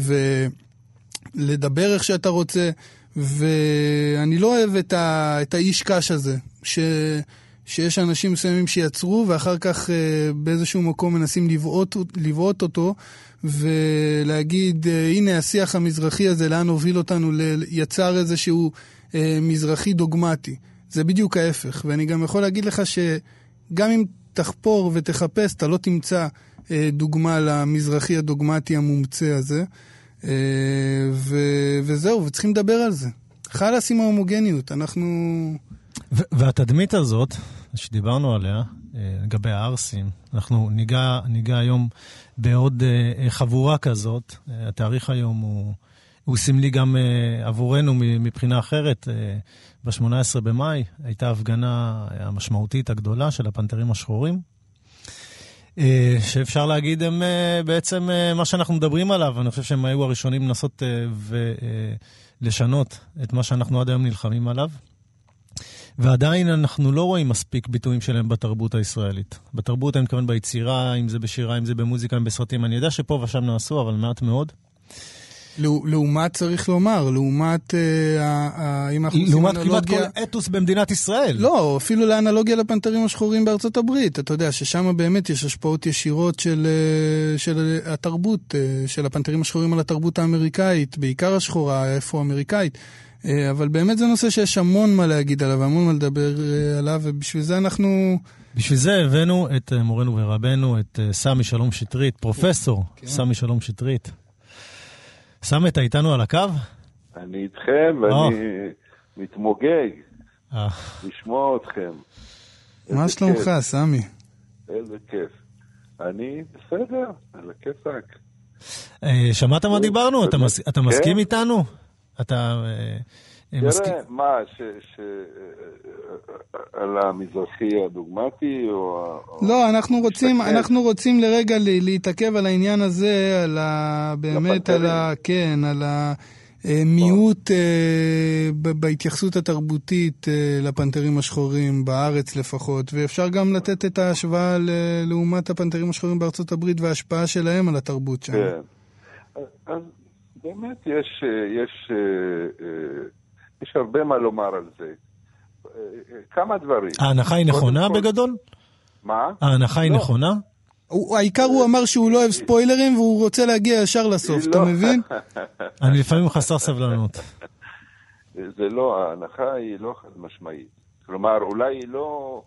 ולדבר איך שאתה רוצה, ואני לא אוהב את, ה... את האיש קש הזה, ש... שיש אנשים מסוימים שיצרו, ואחר כך באיזשהו מקום מנסים לבעוט, לבעוט אותו, ולהגיד, הנה השיח המזרחי הזה, לאן הוביל אותנו, יצר איזשהו מזרחי דוגמטי. זה בדיוק ההפך, ואני גם יכול להגיד לך שגם אם תחפור ותחפש, אתה לא תמצא אה, דוגמה למזרחי הדוגמטי המומצא הזה, אה, ו- וזהו, וצריכים לדבר על זה. חלס עם ההומוגניות, אנחנו... ו- והתדמית הזאת, שדיברנו עליה, אה, לגבי הארסים, אנחנו ניגע, ניגע היום בעוד אה, חבורה כזאת, אה, התאריך היום הוא... הוא סמלי גם uh, עבורנו מבחינה אחרת. Uh, ב-שמונה עשרה במאי הייתה הפגנה המשמעותית הגדולה של הפנתרים השחורים, uh, שאפשר להגיד הם uh, בעצם uh, מה שאנחנו מדברים עליו. אני חושב שהם היו הראשונים לנסות uh, ולשנות uh, את מה שאנחנו עד היום נלחמים עליו. ועדיין אנחנו לא רואים מספיק ביטויים שלהם בתרבות הישראלית. בתרבות אני מתכוון ביצירה, אם זה בשירה, אם זה במוזיקה, אם בסרטים. אני יודע שפה ושם נעשו, אבל מעט מאוד. לעומת צריך לומר, לעומת לעומת כמעט כל אתוס במדינת ישראל. לא, אפילו לאנלוגיה לפנתרים השחורים בארצות הברית. אתה יודע ששם באמת יש השפעות ישירות של, של התרבות, של הפנתרים השחורים על התרבות האמריקאית, בעיקר השחורה, האפרו-אמריקאית. אבל באמת זה נושא שיש המון מה להגיד עליו, המון מה לדבר עליו, ובשביל זה אנחנו... בשביל זה הבאנו את מורנו ורבנו, את סמי שלום שטרית, פרופסור סמי שלום שטרית. סמי, אתה איתנו על הקו? אני איתכם, ואני מתמוגג לשמוע אתכם. מה שלומך, סמי? איזה כיף. אני בסדר, על הכיפק. שמעת מה דיברנו? אתה מסכים איתנו? אתה... תראה, מה, על המזרחי הדוגמטי או... לא, אנחנו רוצים, אנחנו רוצים לרגע להתעכב על העניין הזה, על ה... באמת על ה... כן, על המיעוט בהתייחסות התרבותית לפנתרים השחורים, בארץ לפחות, ואפשר גם לתת את ההשוואה לעומת הפנתרים השחורים בארצות הברית וההשפעה שלהם על התרבות שם. כן. אז באמת יש... יש יש הרבה מה לומר על זה. כמה דברים. ההנחה היא נכונה בגדול? מה? ההנחה היא נכונה? העיקר הוא אמר שהוא לא אוהב ספוילרים והוא רוצה להגיע ישר לסוף, אתה מבין? אני לפעמים חסר סבלנות. זה לא, ההנחה היא לא חד משמעית. כלומר, אולי היא לא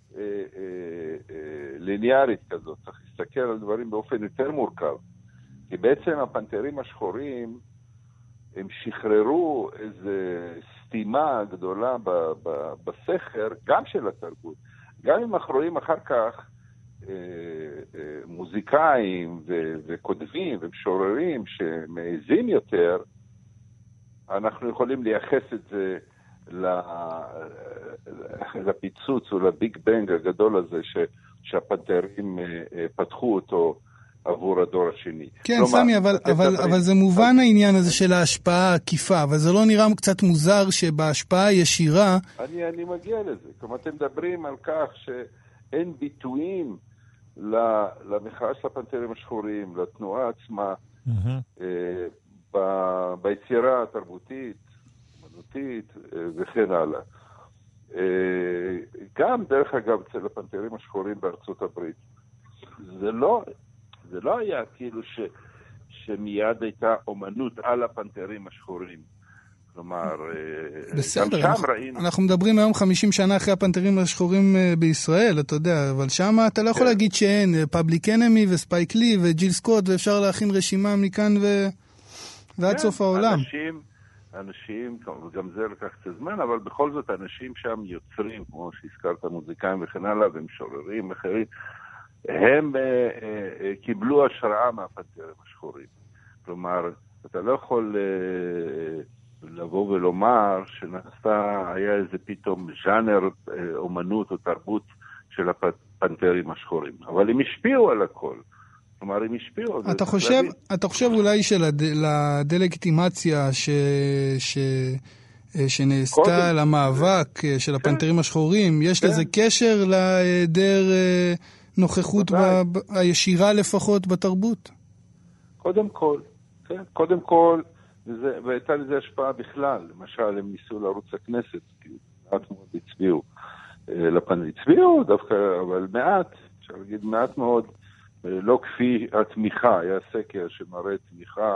ליניארית כזאת. צריך להסתכל על דברים באופן יותר מורכב. כי בעצם הפנתרים השחורים הם שחררו איזו סתימה גדולה ב- ב- בסכר, גם של התרבות. גם אם אנחנו רואים אחר כך אה, אה, מוזיקאים ו- וכותבים ומשוררים שמעזים יותר, אנחנו יכולים לייחס את זה לפיצוץ או לביג בנג הגדול הזה ש- שהפנתרים אה, אה, פתחו אותו עבור הדור השני. כן, לא סמי, אבל, אבל, אבל זה מובן העניין הזה של ההשפעה העקיפה, אבל זה לא נראה קצת מוזר שבהשפעה הישירה... אני, אני מגיע לזה. כלומר, אתם מדברים על כך שאין ביטויים למחאה של הפנתרים השחורים, לתנועה עצמה, mm-hmm. אה, ב, ביצירה התרבותית, אמנותית אה, וכן הלאה. אה, גם, דרך אגב, אצל הפנתרים השחורים בארצות הברית. זה לא... זה לא היה כאילו ש, שמיד הייתה אומנות על הפנתרים השחורים. כלומר, בסדר, גם שם ראינו... אנחנו מדברים היום חמישים שנה אחרי הפנתרים השחורים בישראל, אתה יודע, אבל שם אתה לא יכול להגיד שאין, פאבליק אנמי וספייק לי וג'יל סקוט, ואפשר להכין רשימה מכאן ו... ועד סוף העולם. אנשים, אנשים, גם זה לקח קצת זמן, אבל בכל זאת אנשים שם יוצרים, כמו שהזכרת מוזיקאים וכן הלאה, ומשוררים אחרים, הם uh, uh, קיבלו השראה מהפנתרים השחורים. כלומר, אתה לא יכול uh, לבוא ולומר שנעשתה, היה איזה פתאום ז'אנר uh, אומנות או תרבות של הפנתרים השחורים. אבל הם השפיעו על הכל. כלומר, הם השפיעו. אתה חושב, אתה חושב אולי שלדלגיטימציה ש... ש... שנעשתה למאבק של הפנתרים השחורים, יש לזה קשר להיעדר נוכחות הישירה לפחות בתרבות? קודם כל, כן, קודם כל, והייתה לזה השפעה בכלל. למשל, הם ניסו לרוץ לכנסת, כי מעט מאוד הצביעו. לפנתרים הצביעו דווקא, אבל מעט, אפשר להגיד מעט מאוד, לא כפי התמיכה. היה סקר שמראה תמיכה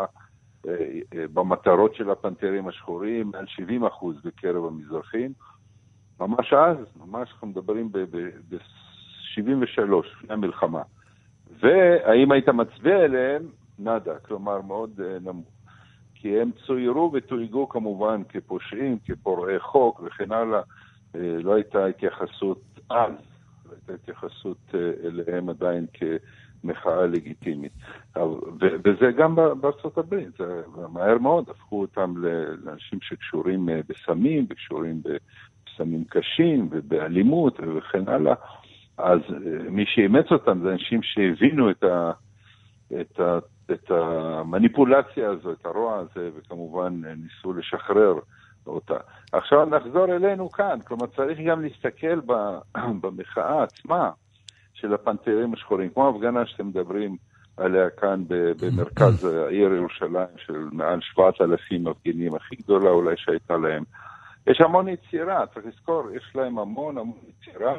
במטרות של הפנתרים השחורים, מעל שבעים אחוז בקרב המזרחים. ממש אז, ממש אנחנו מדברים ב-שבעים ושלוש, לפני המלחמה. והאם היית מצביע אליהם? נדה, כלומר מאוד נמוך. כי הם צוירו ותויגו כמובן כפושעים, כפורעי חוק וכן הלאה. לא הייתה התייחסות אז, לא הייתה התייחסות אליהם עדיין כמחאה לגיטימית. וזה גם בארצות הברית, זה מהר מאוד, הפכו אותם לאנשים שקשורים בסמים, וקשורים בסמים קשים ובאלימות וכן הלאה. אז מי שאימץ אותם זה אנשים שהבינו את ה... את ה... את המניפולציה הזו, את הרוע הזה, וכמובן ניסו לשחרר אותה. עכשיו נחזור אלינו כאן, כלומר צריך גם להסתכל במחאה עצמה של הפנתרים השחורים, כמו ההפגנה שאתם מדברים עליה כאן במרכז העיר ירושלים, של מעל שבעת אלפים מפגינים, הכי גדולה אולי שהייתה להם. יש המון יצירה, צריך לזכור, יש להם המון המון יצירה,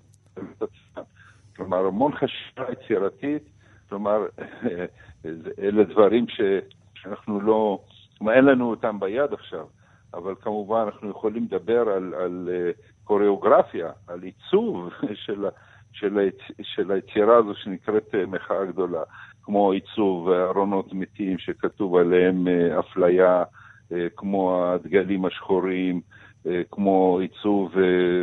כלומר המון חשיבה יצירתית, כלומר, אלה דברים ש, שאנחנו לא, כלומר, אין לנו אותם ביד עכשיו, אבל כמובן אנחנו יכולים לדבר על, על קוריאוגרפיה, על עיצוב של, של, של היצירה הזו שנקראת מחאה גדולה, כמו עיצוב ארונות מתים שכתוב עליהם אפליה, כמו הדגלים השחורים, כמו עיצוב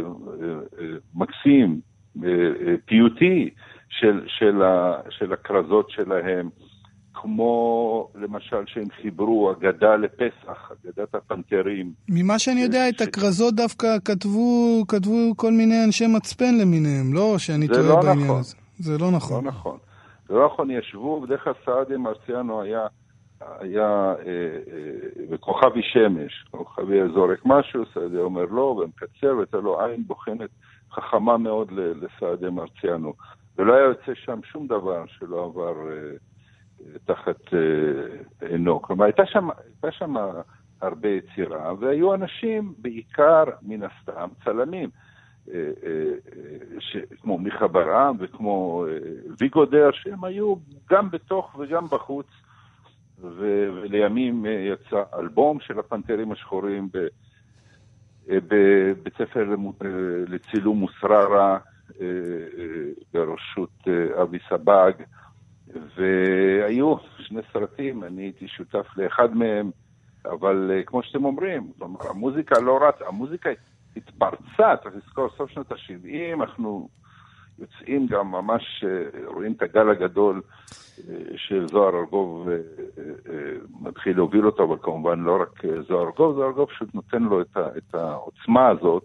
מקסים, פיוטי, של, של, ה, של הקרזות שלהם, כמו למשל שהם חיברו אגדה לפסח, אגדת הפנתרים. ממה שאני יודע, את הכרזות דווקא כתבו, כתבו כל מיני אנשי מצפן למיניהם, לא שאני טועה לא בעניין נכון. הזה. זה לא נכון. לא נכון. זה לא נכון, ישבו, בדרך כלל סעדיה מרציאנו היה, היה אה, אה, בכוכבי שמש, כוכבי זורק משהו, סעדיה אומר לא, ומקצר, ואתה לו עין בוחנת חכמה מאוד לסעדיה מרציאנו. ולא היה יוצא שם שום דבר שלא עבר אה, תחת אה, עינו. כלומר, הייתה שם, הייתה שם הרבה יצירה, והיו אנשים, בעיקר מן הסתם, צלמים, ש... כמו מיכה ברעם וכמו ויגודר, שהם היו גם בתוך וגם בחוץ, ו... ולימים יצא אלבום של הפנתרים השחורים ב... בבית ספר לצילום מוסררה בראשות אבי סבג, והיו שני סרטים, אני הייתי שותף לאחד מהם, אבל כמו שאתם אומרים, המוזיקה לא רצה, המוזיקה התפרצה, צריך לזכור, סוף שנות ה-שבעים, אנחנו יוצאים גם ממש, רואים את הגל הגדול של זוהר ארגוב מתחיל להוביל אותו, אבל כמובן לא רק זוהר ארגוב, זוהר ארגוב פשוט נותן לו את העוצמה הזאת,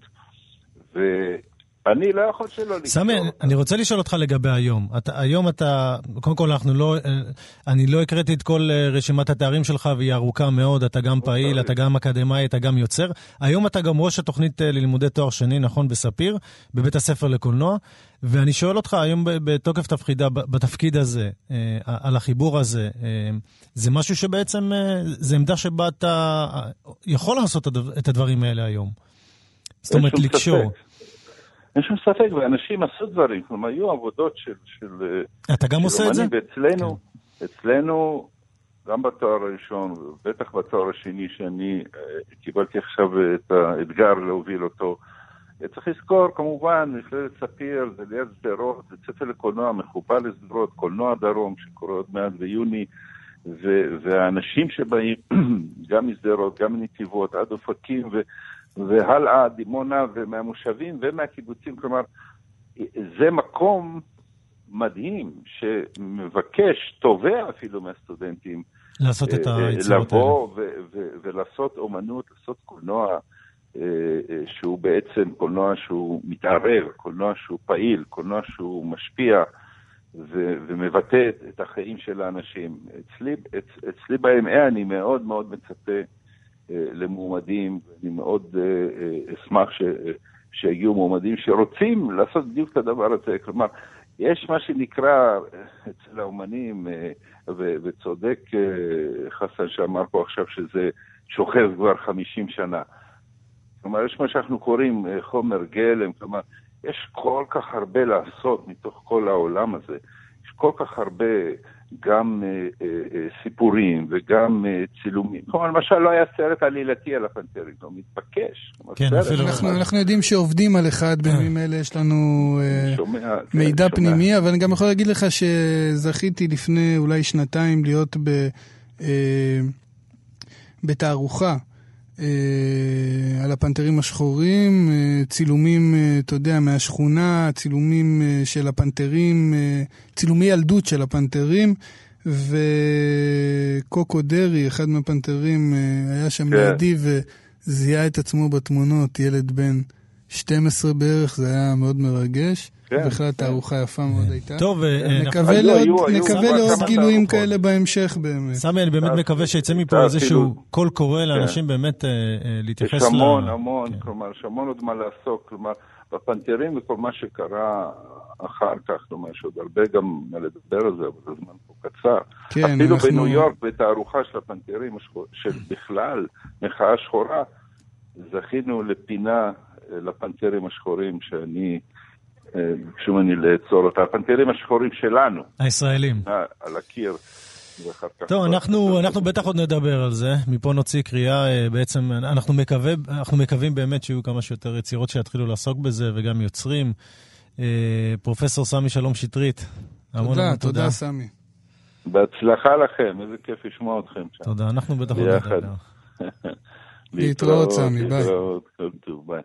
ואני לא יכול שלא לקרוא. סמי, אני רוצה לשאול אותך לגבי היום. היום אתה, קודם כל אנחנו לא, אני לא הקראתי את כל רשימת התארים שלך, והיא ארוכה מאוד, אתה גם פעיל, אתה גם אקדמאי, אתה גם יוצר. היום אתה גם ראש התוכנית ללימודי תואר שני, נכון, בספיר, בבית הספר לקולנוע, ואני שואל אותך היום בתוקף תפקידה, בתפקיד הזה, על החיבור הזה, זה משהו שבעצם, זה עמדה שבה אתה יכול לעשות את הדברים האלה היום. זאת אומרת, לקשור. אין שום ספק, ואנשים עשו דברים, כלומר, היו עבודות של... של אתה גם עושה את זה? ואצלנו, כן. אצלנו, גם בתואר הראשון, בטח בתואר השני, שאני uh, קיבלתי עכשיו את האתגר להוביל אותו, צריך לזכור, כמובן, מכללת ספיר, זה ליד סדרות, זה ספר לקולנוע, מחופה לסדרות, קולנוע דרום, שקורה עוד מעט ביוני, ו- והאנשים שבאים, גם מסדרות, גם מנתיבות, עד אופקים, ו... והלאה, דימונה, ומהמושבים ומהקיבוצים, כלומר, זה מקום מדהים שמבקש, תובע אפילו מהסטודנטים, לעשות את היצירות לבוא ו- ו- ולעשות אומנות, לעשות קולנוע, שהוא בעצם קולנוע שהוא מתערב, קולנוע שהוא פעיל, קולנוע שהוא משפיע, ו- ומבטא את החיים של האנשים. אצלי, אצ- אצלי ב-אם איי אני מאוד מאוד מצפה, למועמדים, ואני מאוד אשמח ש... שיגיעו מועמדים שרוצים לעשות בדיוק את הדבר הזה. כלומר, יש מה שנקרא אצל האומנים, ו... וצודק חסן שאמר פה עכשיו שזה שוכב כבר חמישים שנה. כלומר, יש מה שאנחנו קוראים חומר גלם, כלומר, יש כל כך הרבה לעשות מתוך כל העולם הזה. יש כל כך הרבה גם אה, אה, סיפורים וגם אה, צילומים. כלומר, למשל לא היה סרט עלילתי על הפנתרים, לא מתבקש. כן, אפילו... אנחנו, אנחנו יודעים שעובדים על אחד, בימים אלה יש לנו אה, שומע, מידע כן, פנימי, שומע. אבל אני גם יכול להגיד לך שזכיתי לפני אולי שנתיים להיות ב, אה, בתערוכה, על הפנתרים השחורים, צילומים, אתה יודע, מהשכונה, צילומים של הפנתרים, צילומי ילדות של הפנתרים, וקוקו דרי, אחד מהפנתרים, היה שם לידי וזיהה את עצמו בתמונות, ילד בן שתים עשרה בערך, זה היה מאוד מרגש. בכלל תערוכה יפה מאוד הייתה. טוב, נקווה לעוד גילויים כאלה בהמשך באמת. סמי, אני באמת מקווה שיצא מפה איזשהו קול קורא לאנשים באמת להתייחס ל... יש המון, המון, כלומר, יש המון עוד מה לעסוק, כלומר, בפנתרים וכל מה שקרה אחר כך, כלומר, יש עוד הרבה גם מה לדבר על זה, אבל הזמן פה קצר. אפילו בניו יורק, בתערוכה של הפנתרים, של בכלל מחאה שחורה, זכינו לפינה לפנתרים השחורים שאני... ביקשו ממני לעצור אותה, הפנתרים השחורים שלנו. הישראלים. על הקיר. טוב, אנחנו, אנחנו בטח עוד נדבר על זה. מפה נוציא קריאה, בעצם אנחנו מקווה, אנחנו מקווים באמת שיהיו כמה שיותר יצירות שיתחילו לעסוק בזה, וגם יוצרים. פרופסור סמי שלום שטרית. תודה, תודה סמי. בהצלחה לכם, איזה כיף לשמוע אתכם שם. תודה, אנחנו בטח עוד נדבר. להתראות סמי, ביי. להתראות, כל טוב, ביי.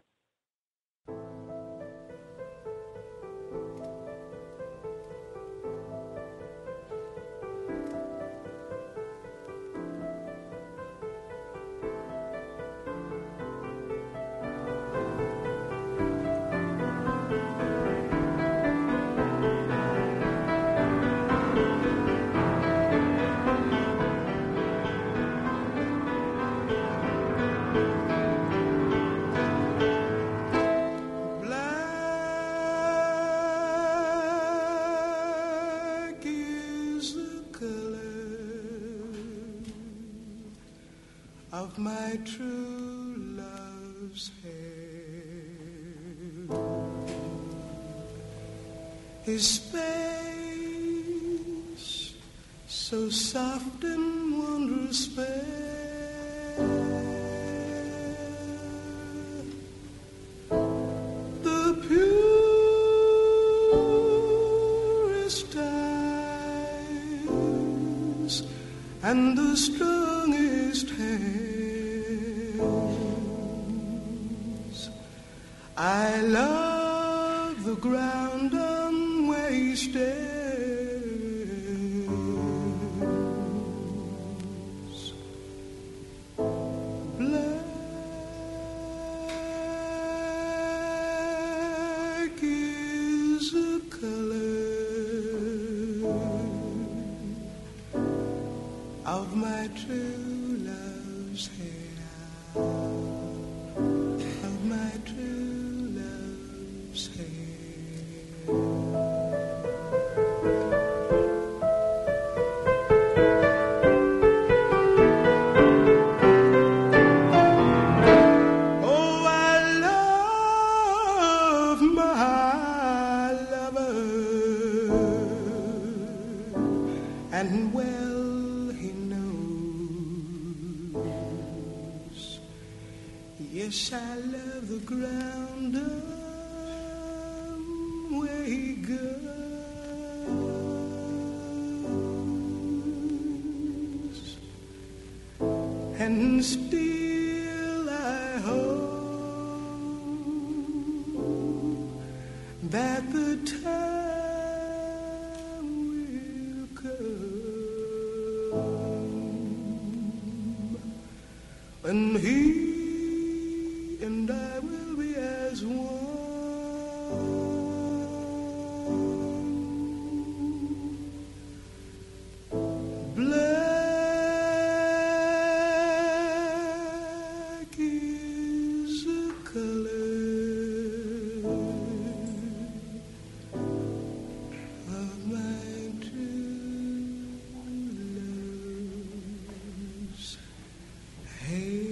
my true love's hair. His face, so soft and wondrous fair, the purest eyes and the strongest hands. I love the ground on where he stands. Black is the color of my true love's hair, of my true love's hair. Oh, I love my lover, and well he knows. Yes, I love the ground on where he goes, and still I hope that the time will come when he and I will be as one. Black is the color of my true love's hair.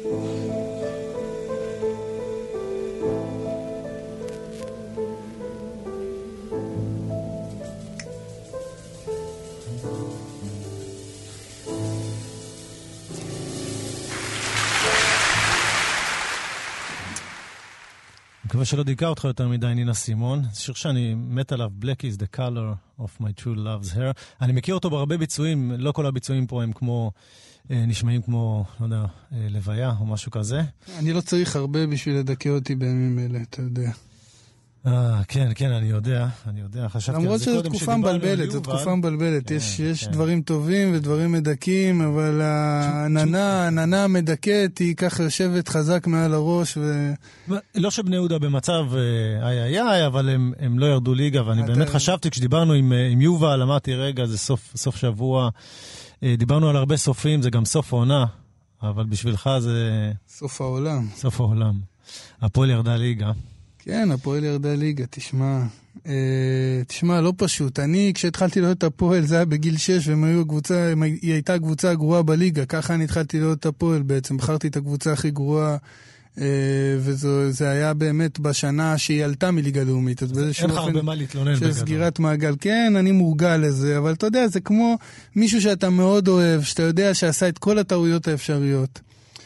אני מקווה שלא דיכא אותך יותר מדי, נינה סימון. זה שיר שאני מת עליו, Black is the color of my true love's hair. אני מכיר אותו בהרבה ביצועים, לא כל הביצועים פה הם כמו, נשמעים כמו, לא יודע, לוויה או משהו כזה. אני לא צריך הרבה בשביל לדכא אותי בימים אלה, אתה יודע. אה, כן, כן, אני יודע, אני יודע. חשבתי למרות שזו תקופה מבלבלת, זו תקופה מבלבלת. יש דברים טובים ודברים מדכאים, אבל העננה, העננה המדכאת היא ככה יושבת חזק מעל הראש. לא שבני יהודה במצב איי איי איי, אבל הם לא ירדו ליגה, ואני באמת חשבתי, כשדיברנו עם יובל, אמרתי, רגע, זה סוף שבוע, דיברנו על הרבה סופים, זה גם סוף העונה, אבל בשבילך זה... סוף העולם. סוף העולם. הפועל ירדה ליגה. כן, הפועל ירדה ליגה, תשמע, אה, תשמע, לא פשוט. אני, כשהתחלתי לראות את הפועל, זה היה בגיל שש, והם היו הקבוצה, היא הייתה הקבוצה הגרועה בליגה, ככה אני התחלתי לראות את הפועל בעצם, בחרתי את הקבוצה הכי גרועה, אה, וזה היה באמת בשנה שהיא עלתה מליגה לאומית. אז אין לך הרבה מה להתלונן בגדול. של סגירת מעגל, כן, אני מורגל לזה, אבל אתה יודע, זה כמו מישהו שאתה מאוד אוהב, שאתה יודע שעשה את כל הטעויות האפשריות,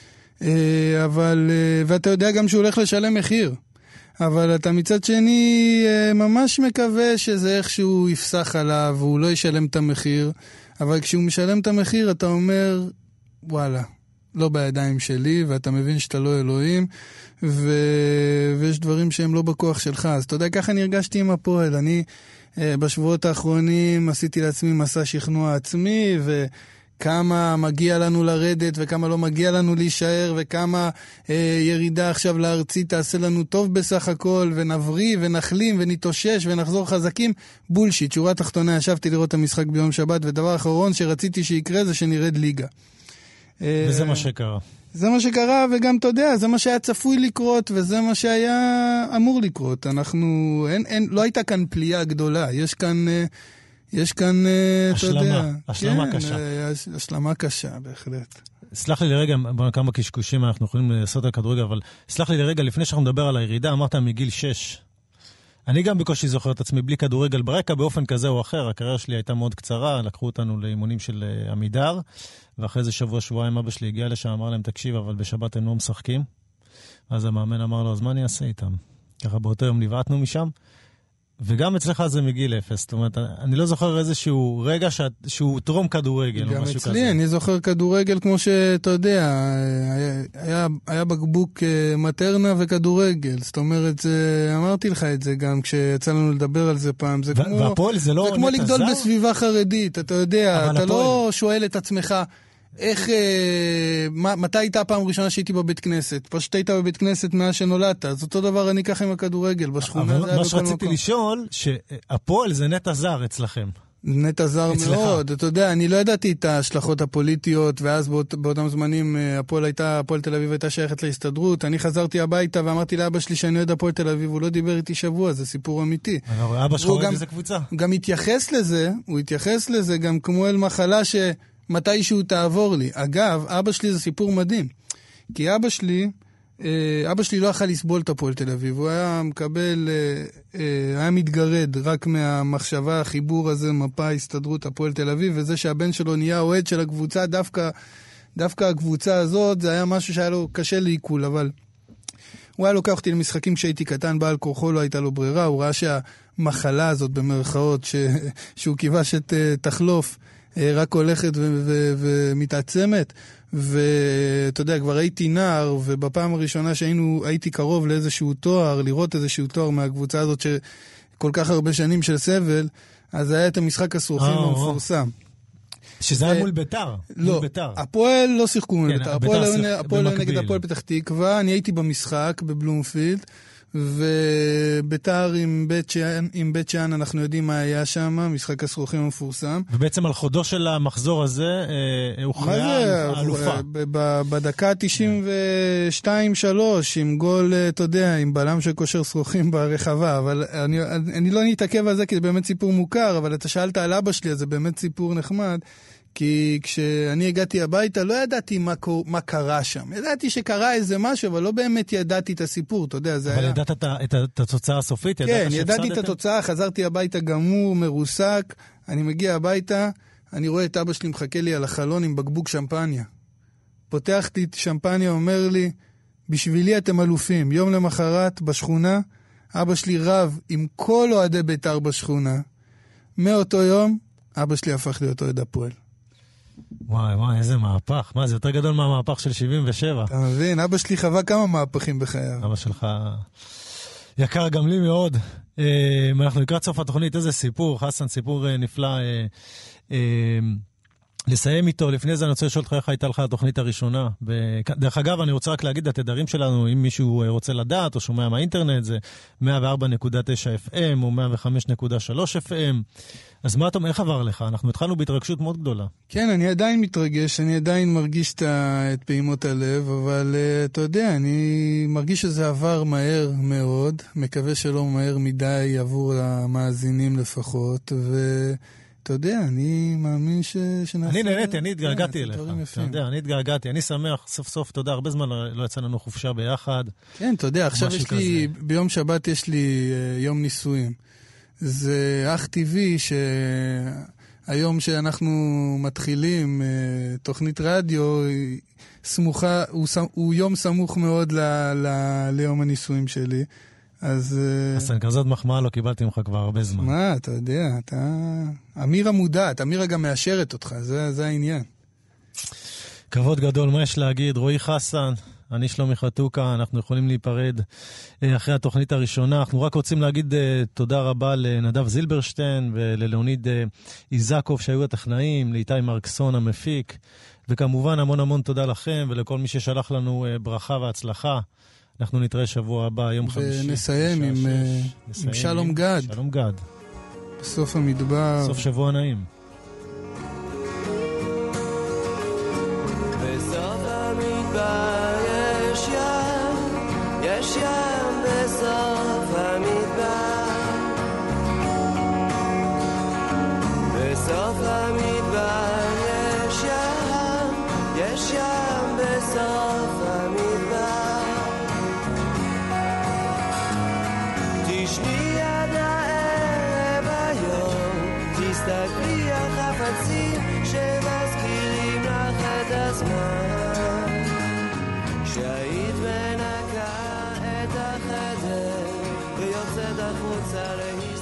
אה, אבל, אה, ואתה יודע גם שהוא הולך לשלם מחיר. אבל אתה מצד שני ממש מקווה שזה איכשהו יפסח עליו, והוא לא ישלם את המחיר, אבל כשהוא משלם את המחיר אתה אומר, וואלה, לא בידיים שלי, ואתה מבין שאתה לא אלוהים, ו... ויש דברים שהם לא בכוח שלך. אז אתה יודע, ככה אני הרגשתי עם הפועל. אני בשבועות האחרונים עשיתי לעצמי מסע שכנוע עצמי, ו... כמה מגיע לנו לרדת וכמה לא מגיע לנו להישאר, וכמה אה, ירידה עכשיו לארצי תעשה לנו טוב בסך הכל, ונבריא ונחלים ונתאושש ונחזור חזקים. בולשיט, שורה תחתונה, ישבתי לראות את המשחק ביום שבת, ודבר אחרון שרציתי שיקרה זה שנרד ליגה. וזה מה שקרה. זה מה שקרה, וגם אתה יודע, זה מה שהיה צפוי לקרות, וזה מה שהיה אמור לקרות. אנחנו, אין, אין, לא הייתה כאן פליאה גדולה, יש כאן... אה, יש כאן, אתה יודע... השלמה, השלמה כן, קשה. השלמה קשה, בהחלט. סלח לי לרגע, כמה קשקושים אנחנו יכולים לעשות על כדורגל, אבל סלח לי לרגע, לפני שאנחנו נדבר על הירידה, אמרת מגיל שש. אני גם בקושי זוכר את עצמי בלי כדורגל ברקע, באופן כזה או אחר. הקריירה שלי הייתה מאוד קצרה, לקחו אותנו לאימונים של עמידר, ואחרי זה שבוע, שבועיים אבא שלי הגיע לשם, אמר להם, תקשיב, אבל בשבת הם לא משחקים. אז המאמן אמר לו, אז מה אני אעשה איתם? ככה באותו יום נבעטנו משם, וגם אצלך זה מגיל אפס. זאת אומרת, אני לא זוכר איזשהו רגע ש... שהוא טרום כדורגל או משהו אצלי, כזה. אני זוכר כדורגל כמו שאתה יודע, היה, היה, היה בקבוק מטרנה וכדורגל. זאת אומרת, זה, אמרתי לך את זה גם כשיצא לנו לדבר על זה פעם. זה ו- כמו, והפועל זה לא... זה כמו לגדול זר? בסביבה חרדית, אתה יודע, אתה הפועל... לא שואל את עצמך... איך, אה, מה, מתי הייתה הפעם ראשונה שהייתי בבית כנסת? פשוט היית בבית כנסת מאז שנולדת. אז אותו דבר אני ככה עם הכדורגל, בשכונה זה היה בכל מקום. מה שרציתי לשאול, שהפועל זה נטע זר אצלכם. נטע זר מאוד, אתה יודע, אני לא ידעתי את ההשלכות הפוליטיות, ואז באות, באותם זמנים הפועל הייתה, הפועל תל אביב הייתה שייכת להסתדרות. אני חזרתי הביתה ואמרתי לאבא שלי שאני אוהד הפועל תל אביב, הוא לא דיבר איתי שבוע, זה סיפור אמיתי. אבא שלך אוהד איזה קבוצה? הוא גם התייחס לזה, הוא התייחס לזה גם כמו אל מחלה ש... מתישהו תעבור לי. אגב, אבא שלי זה סיפור מדהים. כי אבא שלי, אבא שלי לא יכל לסבול את הפועל תל אביב. הוא היה מקבל, היה מתגרד רק מהמחשבה, החיבור הזה, מפה, הסתדרות הפועל תל אביב, וזה שהבן שלו נהיה אוהד של הקבוצה, דווקא, דווקא הקבוצה הזאת, זה היה משהו שהיה לו קשה לעיכול, אבל הוא היה לוקח אותי למשחקים כשהייתי קטן, בעל כורחו לא הייתה לו ברירה, הוא ראה שהמחלה הזאת במרכאות, ש... שהוא כיבש את תחלוף, רק הולכת ו- ו- ומתעצמת, ואתה יודע, כבר הייתי נער, ובפעם הראשונה שהיינו, הייתי קרוב לאיזשהו תואר, לראות איזשהו תואר מהקבוצה הזאת שכל כך הרבה שנים של סבל, אז היה את המשחק הסרוכים המפורסם. שזה היה מול ביתר. לא, הפועל לא שיחקו מול ביתר, הפועל היה נגד הפועל פתח תקווה, אני הייתי במשחק בבלומפילד, וביתר עם בית שאן, עם בית שאן אנחנו יודעים מה היה שם, משחק הסרוכים המפורסם. ובעצם על חודו של המחזור הזה הוכרעה האלופה. בדקה תשעים ושתיים שלוש, עם גול, אתה יודע, עם בלם של כושר סרוכים ברחבה, אבל אני, אני לא נתעכב על זה כי זה באמת סיפור מוכר, אבל אתה שאלת על אבא שלי, אז זה באמת סיפור נחמד. כי כשאני הגעתי הביתה, לא ידעתי מה, מה קרה שם. ידעתי שקרה איזה משהו, אבל לא באמת ידעתי את הסיפור, אתה יודע, זה אבל היה... אבל ידעת את, את, את התוצאה הסופית? כן, ידעתי את התוצאה, חזרתי הביתה גמור, מרוסק, אני מגיע הביתה, אני רואה את אבא שלי מחכה לי על החלון עם בקבוק שמפניה. פותח לי את שמפניה, אומר לי, בשבילי אתם אלופים. יום למחרת, בשכונה, אבא שלי רב עם כל אוהדי בית"ר בשכונה. מאותו יום, אבא שלי הפך להיות אוהד הפועל. וואי, וואי, איזה מהפך. מה, זה יותר גדול מהמהפך של שבעים ושבע. אתה מבין? אבא שלי חווה כמה מהפכים בחייו. אבא שלך יקר גם לי מאוד. אנחנו לקראת סוף התוכנית, איזה סיפור, חסן, סיפור נפלא. לסיים איתו, לפני זה אני רוצה לשאול אותך איך הייתה לך התוכנית הראשונה. דרך אגב, אני רוצה רק להגיד את התדרים שלנו, אם מישהו רוצה לדעת או שומע מהאינטרנט, זה מאה וארבע נקודה תשע אף אם או מאה וחמש נקודה שלוש אף אם. אז מה אתה אומר, איך עבר לך? אנחנו התחלנו בהתרגשות מאוד גדולה. כן, אני עדיין מתרגש, אני עדיין מרגיש את פעימות הלב, אבל אתה יודע, אני מרגיש שזה עבר מהר מאוד, מקווה שלא מהר מדי עבור המאזינים לפחות, ו... אתה יודע, אני מאמין ש... אני נהניתי, אני התגעגעתי אליך. אתה יודע, אני התגעגעתי, אני שמח, סוף סוף, אתה יודע, הרבה זמן לא יצא לנו חופשה ביחד. כן, אתה יודע, עכשיו יש לי, ביום שבת יש לי יום נישואים. זה אך טבעי שהיום שאנחנו מתחילים תוכנית רדיו, סמוכה, הוא יום סמוך מאוד ליום הנישואים שלי. אז... אז כזאת מחמאה לא קיבלתי ממך כבר הרבה זמן. מה, אתה יודע, אתה... אמירה מודעת, אמירה גם מאשרת אותך, זה, זה העניין. כבוד גדול, מה יש להגיד? רועי חסן, אני שלומי חתוקה, אנחנו יכולים להיפרד אחרי התוכנית הראשונה. אנחנו רק רוצים להגיד תודה רבה לנדב זילברשטיין וללאוניד איזקוב שהיו הטכנאים, לאיתי מרקסון המפיק, וכמובן המון המון תודה לכם ולכל מי ששלח לנו ברכה והצלחה. אנחנו נתראה שבוע הבא, יום חמישי. ונסיים עם, עם, עם שלום גד. שלום גד. בסוף המדבר. סוף שבוע נעים. בסוף המדבר יש ים, יש ים בסוף המדבר. בזמן שהיית מנקה את החדר ויוצאת החוצה להסתכל